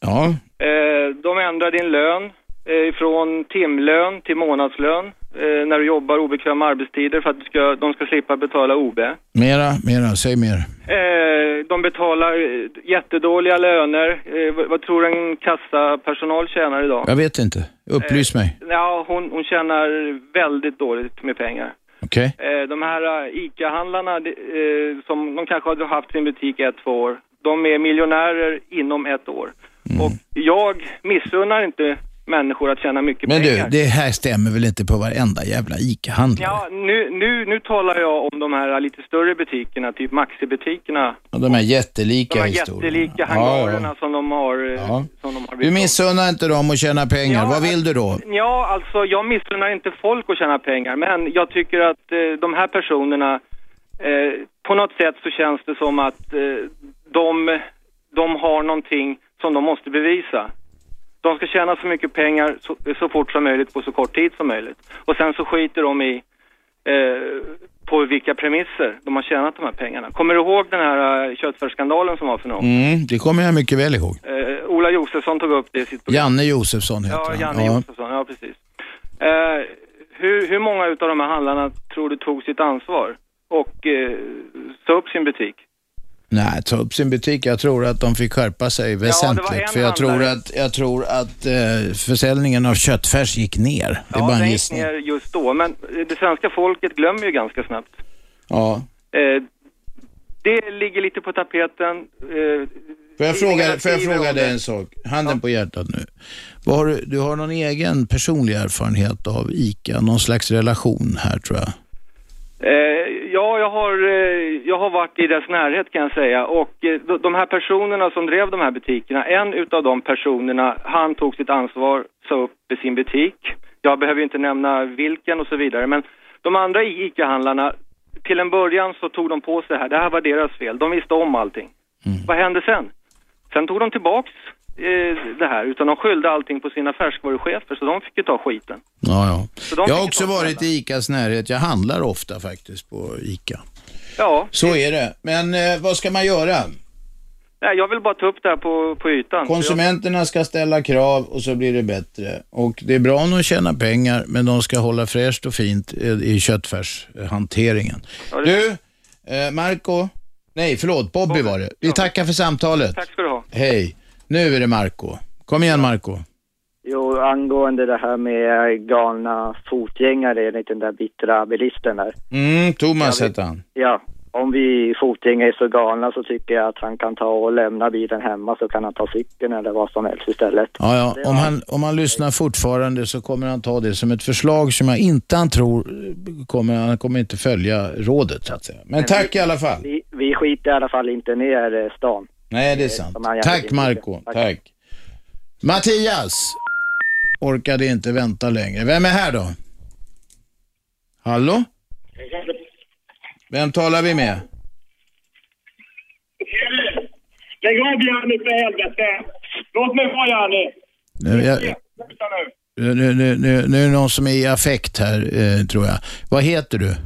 Ja. De ändrar din lön från timlön till månadslön när du jobbar obekväma arbetstider för att de ska slippa betala OB. Mera, säg mer. De betalar jättedåliga löner. Vad tror du en kassapersonal tjänar idag? Jag vet inte. Upplys mig. Ja, hon tjänar väldigt dåligt med pengar. Okej. De här ICA-handlarna som de kanske har haft sin butik 1-2 år. De är miljonärer inom 1 år. Och jag missunnar inte människor att tjäna mycket pengar. Men du, det här stämmer väl inte på varenda jävla ICA-handlare? Ja, nu talar jag om de här lite större butikerna, typ Maxi-butikerna. Ja, de här jättelika historierna. De här jättelika hangarerna som de har... Som de har du missunnar inte dem att tjäna pengar. Ja, vad vill du då? Ja, alltså jag missunnar inte folk att tjäna pengar. Men jag tycker att de här personerna... på något sätt så känns det som att de har någonting som de måste bevisa. De ska tjäna så mycket pengar så fort som möjligt på så kort tid som möjligt. Och sen så skiter de i på vilka premisser de har tjänat de här pengarna. Kommer du ihåg den här köttfärsskandalen som var för någon? Det kommer jag mycket väl ihåg. Ola Josefsson tog upp det i sitt program. Janne Josefsson heter han. Janne Josefsson, ja precis. Hur många utav de här handlarna tror du tog sitt ansvar och sa upp sin butik? Nej, ta upp sin butik. Jag tror att de fick skärpa sig väsentligt. För jag tror att försäljningen av köttfärs gick ner. Det är bara en gissning. Gick ner just då. Men det svenska folket glömmer ju ganska snabbt. Ja. Det ligger lite på tapeten. Får jag fråga dig en sak? Handen på hjärtat nu. Du har någon egen personlig erfarenhet av ICA? Någon slags relation här, tror jag. Ja, jag har varit i dess närhet kan jag säga. Och de här personerna som drev de här butikerna, en utav de personerna, han tog sitt ansvar, sa upp i sin butik. Jag behöver inte nämna vilken och så vidare. Men de andra ICA-handlarna, till en början så tog de på sig det här var deras fel. De visste om allting. Vad hände sen? Sen tog de tillbaks det här, utan de skyllde allting på sina färskvaruchefer, så de fick ju ta skiten. Ja. Jag har också varit i ICAs närhet. Jag handlar ofta faktiskt på ICA. Ja. Så är det. Men vad ska man göra? Nej, jag vill bara ta upp det här på ytan. Konsumenterna ska ställa krav och så blir det bättre. Och det är bra om de tjänar pengar, men de ska hålla fräscht och fint i köttfärshanteringen. Ja, du, Bobby var det. Vi tackar för samtalet. Tack ska du ha. Hej. Nu är det Marco. Kom igen, Marco. Jo, angående det här med galna fotgängare enligt den där bittra bilisten där. Thomas heter han. Ja, om vi fotgängare är så galna så tycker jag att han kan ta och lämna bilen hemma, så kan han ta cykeln eller vad som helst istället. Ja. Om han lyssnar fortfarande så kommer han ta det som ett förslag som jag inte han tror han kommer inte följa rådet så att säga. Men tack i alla fall. Vi skiter i alla fall inte ner stan. Nej, det är sant. Tack Marco, tack. Mattias orkade inte vänta längre. Vem är här då? Hallå? Vem talar vi med? Lägg av Janne för helvete. Låt mig vara Janne. Nu är det någon som är i affekt här, tror jag. Vad heter du?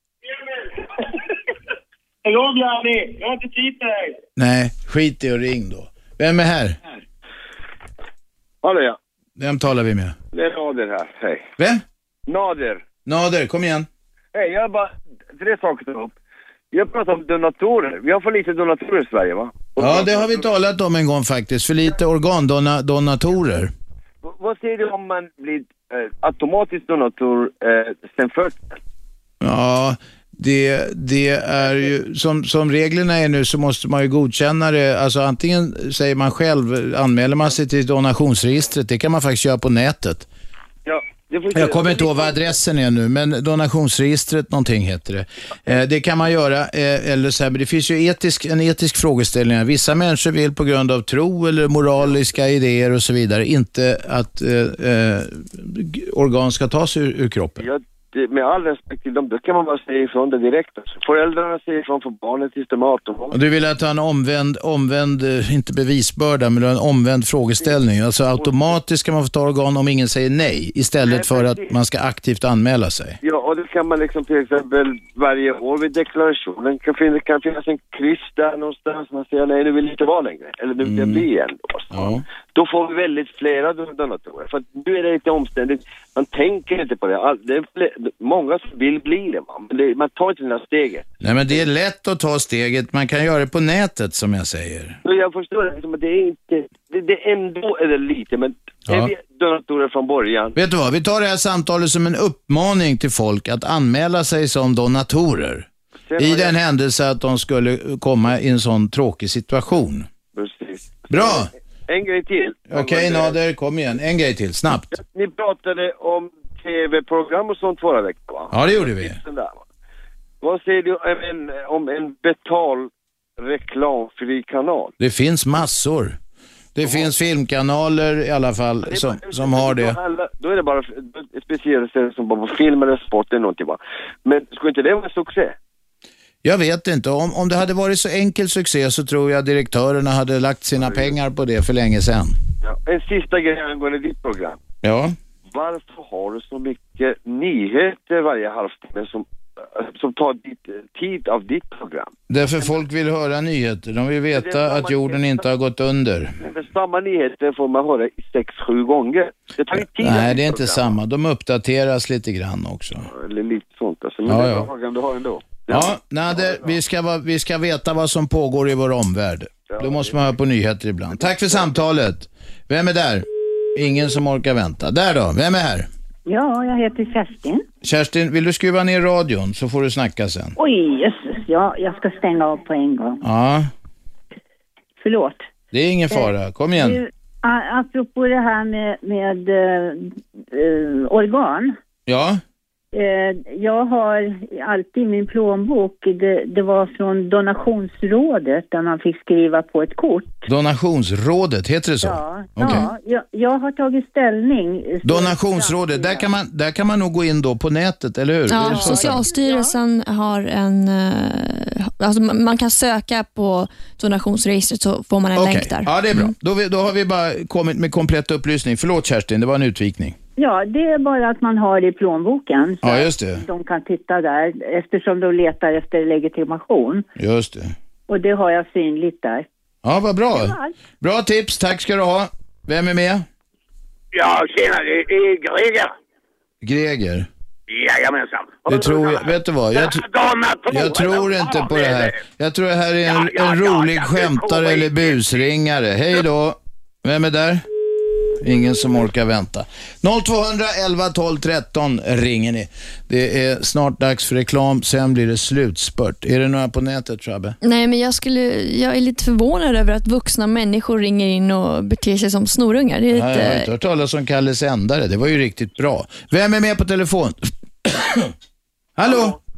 Lägg av Janne. Jag har inte tid med dig. Nej, skit i och ring då. Vem är här? Hallå ja. Vem talar vi med? Det är Nader här, hej. Vem? Nader, kom igen. Hej, jag har bara 3 saker att ta upp. Jag pratar om donatorer. Vi har för lite donatorer i Sverige, va? Ja, det har vi talat om en gång faktiskt. För lite organdonatorer. Vad säger du om man blir automatisk donator sen först? Ja, det är ju som reglerna är nu så måste man ju godkänna det. Alltså antingen säger man själv, anmäler man sig till donationsregistret. Det kan man faktiskt göra på nätet. Ja. Jag kommer inte ihåg vad adressen är nu, men donationsregistret någonting heter det. Det kan man göra, eller så här, men det finns ju en etisk frågeställning. Vissa människor vill på grund av tro eller moraliska idéer och så vidare inte att organ ska tas ur kroppen. med all respekt till dem, då kan man bara säga ifrån det direkt. Alltså. Föräldrarna säger ifrån för barnet tills de är 18 år. Och du vill att ha en omvänd, inte bevisbörda, men en omvänd frågeställning. Alltså automatiskt kan man få ta organ om ingen säger nej, istället för att man ska aktivt anmäla sig. Ja, och det kan man liksom till exempel varje år vid deklarationen kan finnas en kryss där någonstans. Man säger nej, nu vill inte vara längre. Eller nu vill jag bli igen. Ja. Då får vi väldigt flera donatorer. För att nu är det lite omständigt. Man tänker inte på det. Det är många som vill bli det, men man tar inte det här steget. Nej, men det är lätt att ta steget. Man kan göra det på nätet, som jag säger. Jag förstår det, men det är inte... Det ändå är det lite, men är vi donatorer från början? Vet du vad, vi tar det här samtalet som en uppmaning till folk att anmäla sig som donatorer. I den händelse att de skulle komma i en sån tråkig situation. Precis. Bra! En grej till. Okej, Nader, kom igen. En grej till, snabbt. Ni pratade om tv-program och sånt förra veckan, va? Ja, det gjorde vi. Vad säger du om en reklamfri kanal? Det finns massor. Det finns filmkanaler i alla fall som har det. Då är det bara speciella serier som bara på film eller sport eller någonting, va? Men skulle inte det vara en succé? Jag vet inte. Om det hade varit så enkel succé så tror jag direktörerna hade lagt sina pengar på det för länge sedan. Ja. En sista grej angående ditt program. Ja. Varför har du så mycket nyheter varje halvtimme som tar tid av ditt program? Därför folk vill höra nyheter. De vill veta att jorden inte har gått under. Men samma nyheter får man höra 6-7 gånger. Det tar ju tid. Nej, det är inte samma. De uppdateras lite grann också. Eller lite sånt. Alltså. Men det är program du har ändå. Ja, Nader, vi ska veta vad som pågår i vår omvärld. Då måste man höra på nyheter ibland. Tack för samtalet. Vem är där? Ingen som orkar vänta. Där då, vem är här? Ja, jag heter Kerstin. Kerstin, vill du skruva ner radion så får du snacka sen. Oj, jösses. Ja, jag ska stänga av på en gång. Ja. Förlåt. Det är ingen fara, kom igen. Du, apropå det här med organ. Ja. Jag har alltid min plånbok, det var från donationsrådet där man fick skriva på ett kort. Donationsrådet, heter det så? Ja, okay. Jag har tagit ställning. Donationsrådet, där kan man nog gå in då på nätet, eller hur? Ja, Socialstyrelsen har en... Alltså man kan söka på donationsregistret så får man en länk där. Ja, det är bra. Då har vi bara kommit med komplett upplysning. Förlåt Kerstin, det var en utvikning. Ja, det är bara att man har det i plånboken. Så ja, just det. De kan titta där eftersom de letar efter legitimation. Just det. Och det har jag synligt där. Ja, vad bra. Bra tips, tack ska du ha. Vem är med? Ja, tjena, det är Greger. Greger? Jajamensan. Det tror jag, vet du vad? Jag tror inte på det här. Jag tror det här är en rolig skämtare eller busringare. Hej då. Vem är där? Ingen som orkar vänta. 0200 11 12 13 ringer ni. Det är snart dags för reklam, sen blir det slutspurt. Är det några på nätet, Trabbe? Nej, men jag är lite förvånad över att vuxna människor ringer in och beter sig som snorungar. Det är lite... Jag har inte hört talas om Kalle Sändare. Det var ju riktigt bra. Vem är med på telefon? Hallå?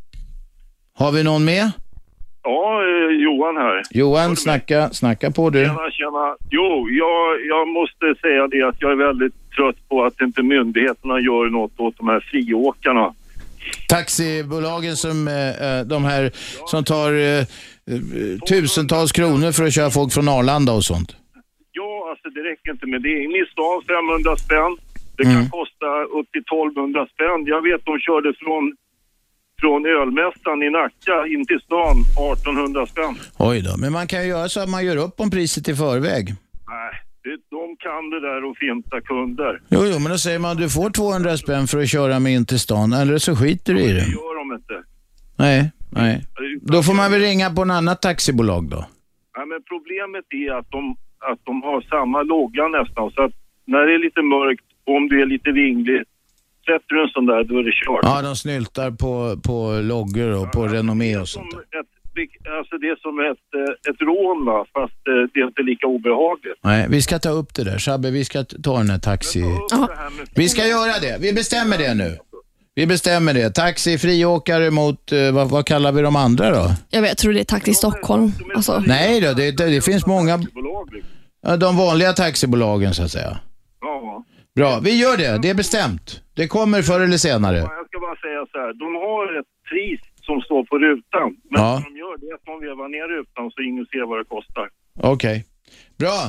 Har vi någon med? Ja, Johan här. Johan, snacka på du. Tjena. Jo, jag måste säga det att jag är väldigt trött på att inte myndigheterna gör något åt de här friåkarna. Taxibolagen som de här som tar tusentals kronor för att köra folk från Arlanda och sånt. Ja, alltså det räcker inte med det. I stan 500 spänn. Det kan kosta upp till 1200 spänn. Jag vet de körde från ölmästaren i Nacka in till stan 1800 spänn. Oj då, men man kan ju göra så att man gör upp om priset i förväg. Nej, de kan det där och finta kunder. Jo, men då säger man du får 200 spänn för att köra mig in till stan, eller så skiter du i det. Det gör de inte. Nej. Då får man väl ringa på en annat taxibolag då. Nej, men problemet är att de har samma logga nästan, så att när det är lite mörkt, om du är lite vinglig, sätter du en sån där, då är det kört. Ja, de snyltar på loggor och på renommé och sånt där. Alltså det är som ett rån, va? Fast det är inte lika obehagligt. Nej, vi ska ta upp det där. Shabbe, vi ska ta den här taxi... Vi ska göra det. Vi bestämmer det nu. Vi bestämmer det. Taxi, friåkare mot... Vad kallar vi de andra då? Jag tror det är Taxi Stockholm. Alltså. Nej då, det finns många... De vanliga taxibolagen så att säga. Ja. Bra, vi gör det. Det är bestämt. Det kommer förr eller senare. Jag ska bara säga så här. De har ett pris som står på rutan. Men vad de gör det är att de vevar ner rutan så ingen ser vad det kostar. Okej. Bra.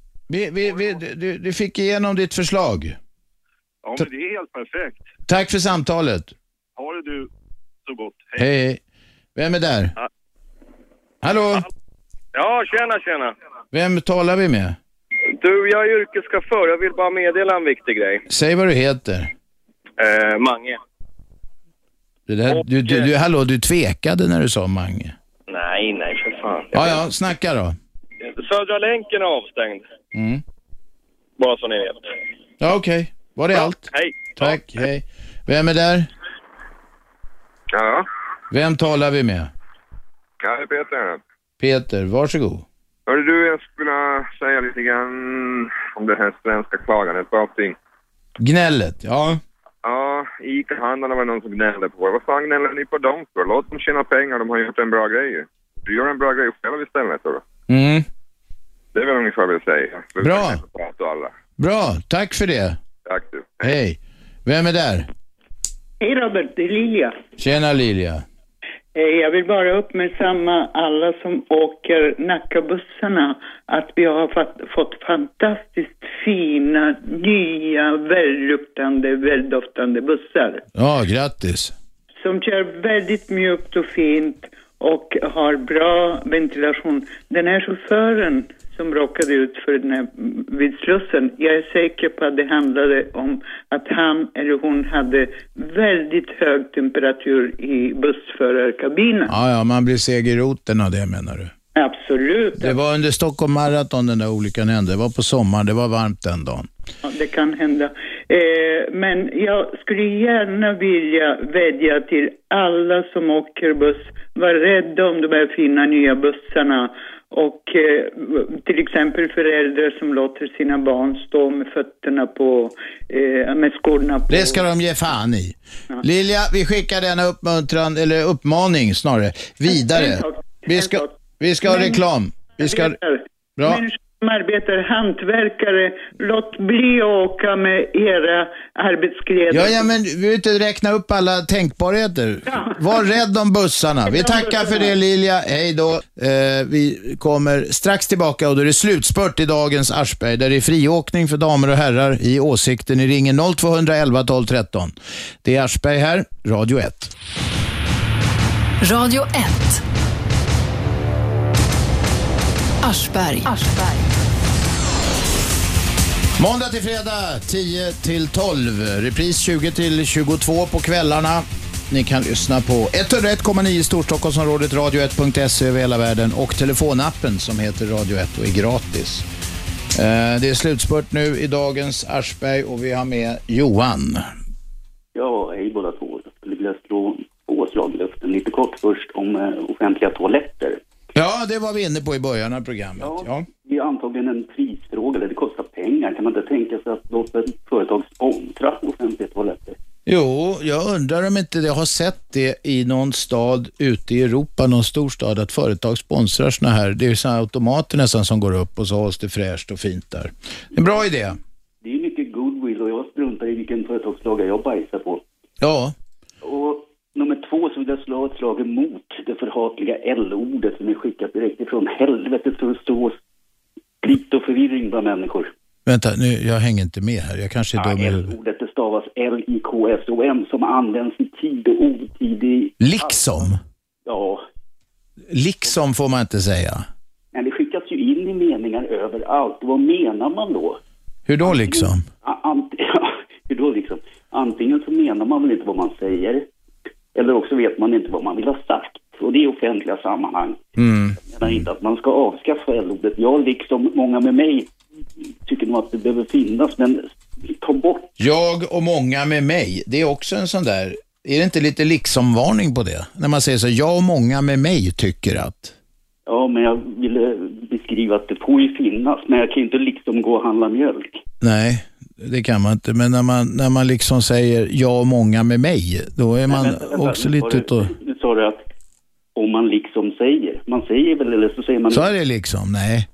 Du fick igenom ditt förslag. Ja, men det är helt perfekt. Tack för samtalet. Ha det du så gott. Hej. Vem är där? Ja. Hallå? Ja, tjena. Vem talar vi med? Du, jag är yrkeschaufför. Jag vill bara meddela en viktig grej. Säg vad du heter. Mange. Det där, hallå, du tvekade när du sa Mange. Nej, för fan. Ja, snacka då. Södra länken är avstängd. Bara så ni vet. Ja, okej. Var det allt? Hej. Tack, hej. Vem är där? Ja. Vem talar vi med? Ja, det är Peter. Peter, varsågod. Hörru du, jag skulle säga lite grann om det här svenska klagandet på allting. Gnället, ja. Ja, ICA-handlarna var någon som gnällde på. Vad fan gnäller ni på dem för? Låt dem tjäna pengar, de har gjort en bra grej. Du gör en bra grej själv istället, då. Det är väl ungefär vad jag säger. Bra. Bra, tack för det. Tack du. Hej. Vem är där? Hej Robert, det är Lilja. Tjena Lilja. Jag vill bara uppmärksamma alla som åker Nackabussarna att vi har fått fantastiskt fina, nya, välluktande, väldoftande bussar. Ja, grattis. Som kör väldigt mjukt och fint och har bra ventilation. Den här chauffören som råkade ut för den här vid Slussen, jag är säker på att det handlade om att han eller hon hade väldigt hög temperatur i bussförarkabinen. Ja, man blir seg i roten av det, menar du? Absolut. Det var under Stockholm Marathon den där olyckan hände. Det var på sommaren, det var varmt den dagen. Ja, det kan hända. Men jag skulle gärna vilja vädja till alla som åker buss. Var rädda om de här fina nya bussarna. Och till exempel föräldrar som låter sina barn stå med fötterna på, med skorna på. Det ska de ge fan i. Ja. Lilja, vi skickar denna uppmaning snarare vidare. Vi ska ha reklam. Vi ska... Bra. Människor som arbetar, hantverkare, låt bli att åka med era arbetskläder. Ja, men vi vill inte räkna upp alla tänkbarheter. Ja. Var rädd om bussarna. Vi tackar för det, Lilja. Hej då. Vi kommer strax tillbaka och då är det slutspurt i dagens Aschberg där det är friåkning för damer och herrar i åsikten i ringen 0211 12 13. Det är Aschberg här, Radio 1. Radio 1. Aschberg. Måndag till fredag 10 till 12. Repris 20 till 22 på kvällarna. Ni kan lyssna på 101,9 Storstockholmsområdet, radio1.se över hela världen och telefonappen som heter Radio 1 och är gratis. Det är slutspurt nu i dagens Aschberg och vi har med Johan. Ja, hej båda två. Jag skulle vilja slå två slag i luften lite kort först om offentliga toaletter. Ja, det var vi inne på i början av programmet. Ja. Det är antagligen en prisfråga, det kostar pengar. Kan man inte tänka sig att låta ett företag sponsra offentliga toaletter? Jo, jag undrar om inte jag har sett det i någon stad ute i Europa, någon stor stad, att företag sponsrar såna här. Det är såna automater nästan som går upp och så hålls det fräscht och fint där. En bra idé. Det är mycket goodwill och jag struntar i vilken företagslag jag bajsar på. Ja. Och nummer 2 så vill jag slå ett slag emot det förhatliga L-ordet som är skickat direkt ifrån helvetet för att stå split och förvirring bland människor. Vänta, nu, jag hänger inte med här. Jag kanske är dum. L-ordet det stavas L-I-K-S-O-M som används i tid och otid. Liksom? Ja. Liksom får man inte säga. Men det skickas ju in i meningar överallt. Vad menar man då? Hur då liksom? Hur då liksom? Antingen så menar man väl inte vad man säger. Eller också vet man inte vad man vill ha sagt. Och det är offentliga sammanhang. Jag menar inte att man ska avskaffa L-ordet. Jag liksom många med mig tycker nog att det behöver finnas. Men ta bort. Jag och många med mig. Det är också en sån där. Är det inte lite liksom-varning på det? När man säger så, jag och många med mig tycker att. Ja, men jag ville beskriva att det får ju finnas. Men jag kan inte liksom gå och handla mjölk. Nej, det kan man inte. Men när man liksom säger jag och många med mig, då är man också lite ute och... Nu sa du att om man liksom säger. Man säger väl, eller så säger man... Så är det liksom, nej.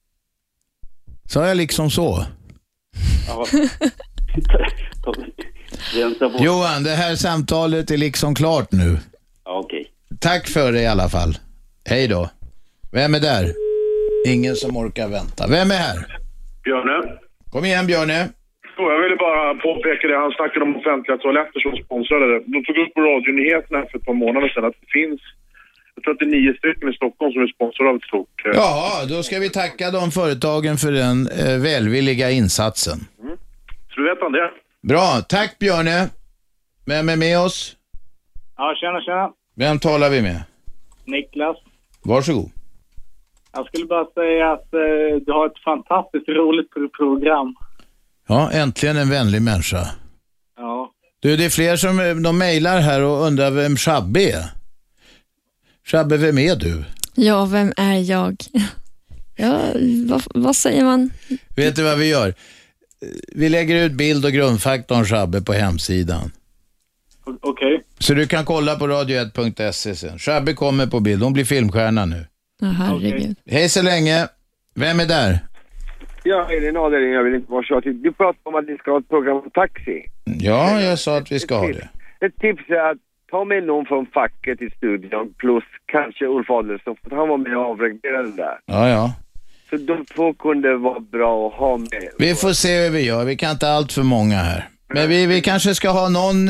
Så är jag liksom så. Ja. Johan, det här samtalet är liksom klart nu. Okej. Tack för det i alla fall. Hej då. Vem är där? Ingen som orkar vänta. Vem är här? Björne. Kom igen, Björne. Jag ville bara påpeka det. Han snackade om offentliga toaletter som sponsrade det. De tog upp på radionyheterna för ett par månader sedan att det finns, jag tror att det är 9 stycken i Stockholm som är sponsrade av ett stort. Ja, då ska vi tacka de företagen för den välvilliga insatsen. Så du vet han det? Bra, tack Björne. Vem är med oss? Ja, tjena. Vem talar vi med? Niklas. Varsågod. Jag skulle bara säga att du har ett fantastiskt roligt program. Ja, äntligen en vänlig människa. Ja. Du, det är fler som de mejlar här och undrar vem Shabbe är. Shabbe, vem är du? Ja, vem är jag? Ja, vad säger man? Vet du vad vi gör? Vi lägger ut bild och grundfaktorn Shabbe på hemsidan. Okej. Så du kan kolla på radio1.se sen. Shabbe kommer på bild, hon blir filmstjärna nu. Ja, herregud. Hej så länge. Vem är där? Ja, Elin Adering, jag vill inte vara tjatig. Du pratar om att ni ska ha ett program om taxi. Ja, jag sa att vi ska ha det. Ett tips är att ta med någon från facket i studion plus kanske Ulf Adelsson, för han var med och avreglerade det där. Ja. Så de två kunde vara bra att ha med. Vi får se hur vi gör. Vi kan inte allt för många här. Men vi kanske ska ha någon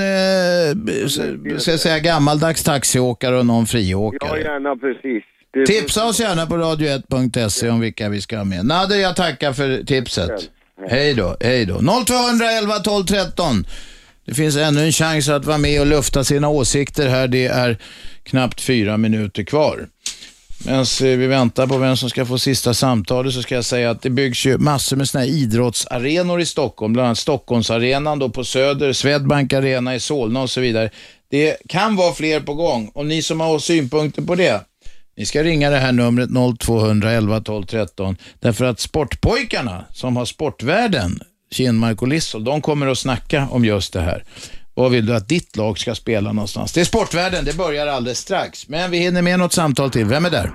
ska jag säga, gammaldags taxiåkare och någon friåkare. Ja, gärna precis. Tipsa oss gärna på radio1.se om vilka vi ska ha med. Nader, jag tackar för tipset. Hej då. 0211 12 13. Det finns ännu en chans att vara med och lufta sina åsikter här. Det är knappt 4 minuter kvar. Medan vi väntar på vem som ska få sista samtalet så ska jag säga att det byggs ju massor med såna här idrottsarenor i Stockholm. Bland annat Stockholmsarenan då på Söder, Swedbank Arena i Solna och så vidare. Det kan vara fler på gång. Och ni som har synpunkter på det, ni ska ringa det här numret 0211 12 13. Därför att sportpojkarna som har Sportvärlden, Kinmark och Lissol, de kommer att snacka om just det här. Vad vill du att ditt lag ska spela någonstans? Det är Sportvärlden, det börjar alldeles strax. Men vi hinner med något samtal till. Vem är där?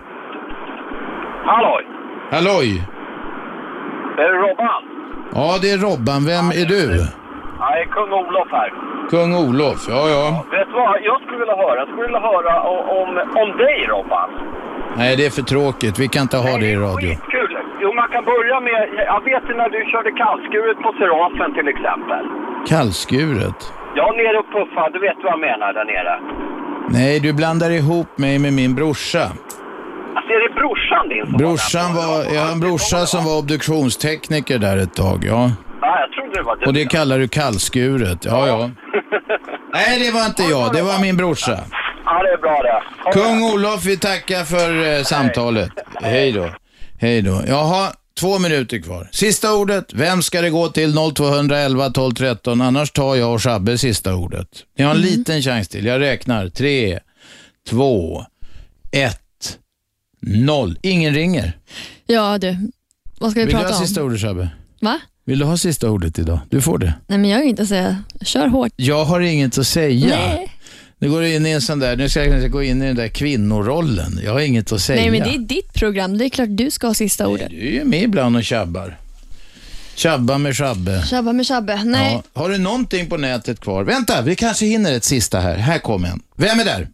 Halloj. Är det Robban? Ja, det är Robban. Vem är du? Ja, det är kung Olof här. Kung Olof, ja. Vet du vad? Jag skulle vilja höra om dig, Robban. Nej, det är för tråkigt. Vi kan inte ha det i radio. Skitkul. Jo, man kan börja med, jag vet när du körde kallskuret på Serafen till exempel. Kallskuret? Ja, nere och puffa, du vet vad jag menar där nere. Nej, du blandar ihop mig med min brorsa. Alltså, är det brorsan din? Jag har en brorsa som var obduktionstekniker där ett tag, ja. Ja, jag trodde det var du. Och det kallar du kallskuret, ja. Nej, det var inte jag, det var min brorsa. Ja, det är bra det. Kung Olof, vi tackar för samtalet. Hej då. Jaha, 2 minuter kvar. Sista ordet, vem ska det gå till? 0211 12 13. Annars tar jag och Shabbe sista ordet. Ni har en liten chans till. Jag räknar. 3, 2, 1, 0. Ingen ringer. Ja du, vad ska vi prata om? Vill du ha sista ordet, Shabbe? Va? Vill du ha sista ordet idag? Du får det. Nej, men jag har inget att säga. Kör hårt. Jag har inget att säga. Nej. Nu går du in i en sån där, nu ska jag gå in i den där kvinnorollen. Jag har inget att säga. Nej, men det är ditt program. Det är klart du ska ha sista ordet. Du är ju med ibland och tjabbar. Tjabba med Shabbe. Tjabba med Shabbe, nej. Ja. Har du någonting på nätet kvar? Vänta, vi kanske hinner ett sista här. Här kommer en. Vem är där?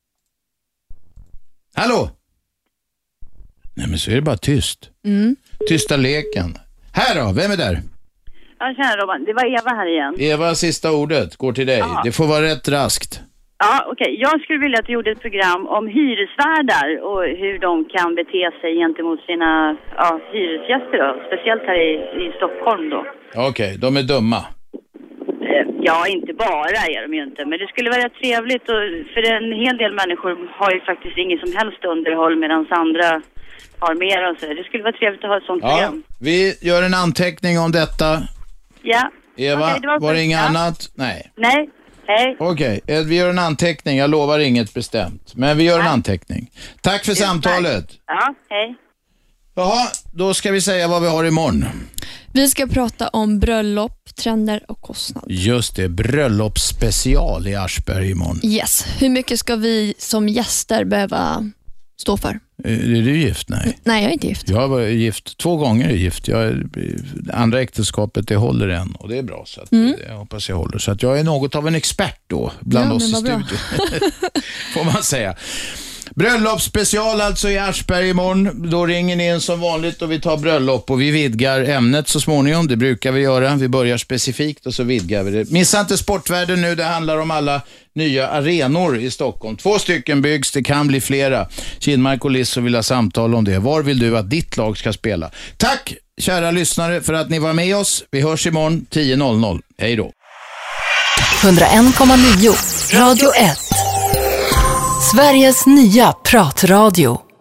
Hallå? Nej, men så är det bara tyst. Tysta leken. Här då, vem är där? Ja, tjena Robban. Det var Eva här igen. Eva, sista ordet går till dig. Ja. Det får vara rätt raskt. Ja, okej. Jag skulle vilja att du gjorde ett program om hyresvärdar och hur de kan bete sig gentemot sina hyresgäster då. Speciellt här i Stockholm då. Okej, de är dumma. Ja, inte bara är de ju inte. Men det skulle vara rätt trevligt. Och för en hel del människor har ju faktiskt inget som helst underhåll medan andra har mer och så. Det skulle vara trevligt att ha ett sånt program. Vi gör en anteckning om detta. Ja. Eva, Okej, var det inget annat? Nej. Nej, hej. Okej, vi gör en anteckning. Jag lovar inget bestämt. Men vi gör en anteckning. Tack för samtalet. Ja, hej. Jaha, då ska vi säga vad vi har imorgon. Vi ska prata om bröllop, trender och kostnader. Just det, bröllopsspecial i Aschberg imorgon. Yes, hur mycket ska vi som gäster behöva stå för. Är du gift? Nej. Nej, jag är inte gift. Jag var gift 2 gånger gift. Andra äktenskapet, det håller än och det är bra. Så att jag hoppas jag håller. Så att jag är något av en expert då bland oss i studion. Får man säga. Bröllopsspecial alltså i Aschberg imorgon. Då ringer ni in som vanligt och vi tar bröllop och vi vidgar ämnet så småningom. Det brukar vi göra. Vi börjar specifikt och så vidgar vi det. Missa inte Sportvärlden nu. Det handlar om alla nya arenor i Stockholm. 2 stycken byggs, det kan bli flera. Kinmark och Lisso vill ha samtal om det. Var vill du att ditt lag ska spela? Tack kära lyssnare för att ni var med oss. Vi hörs imorgon 10:00. Hej då. 101,9 Radio 1. Sveriges nya pratradio.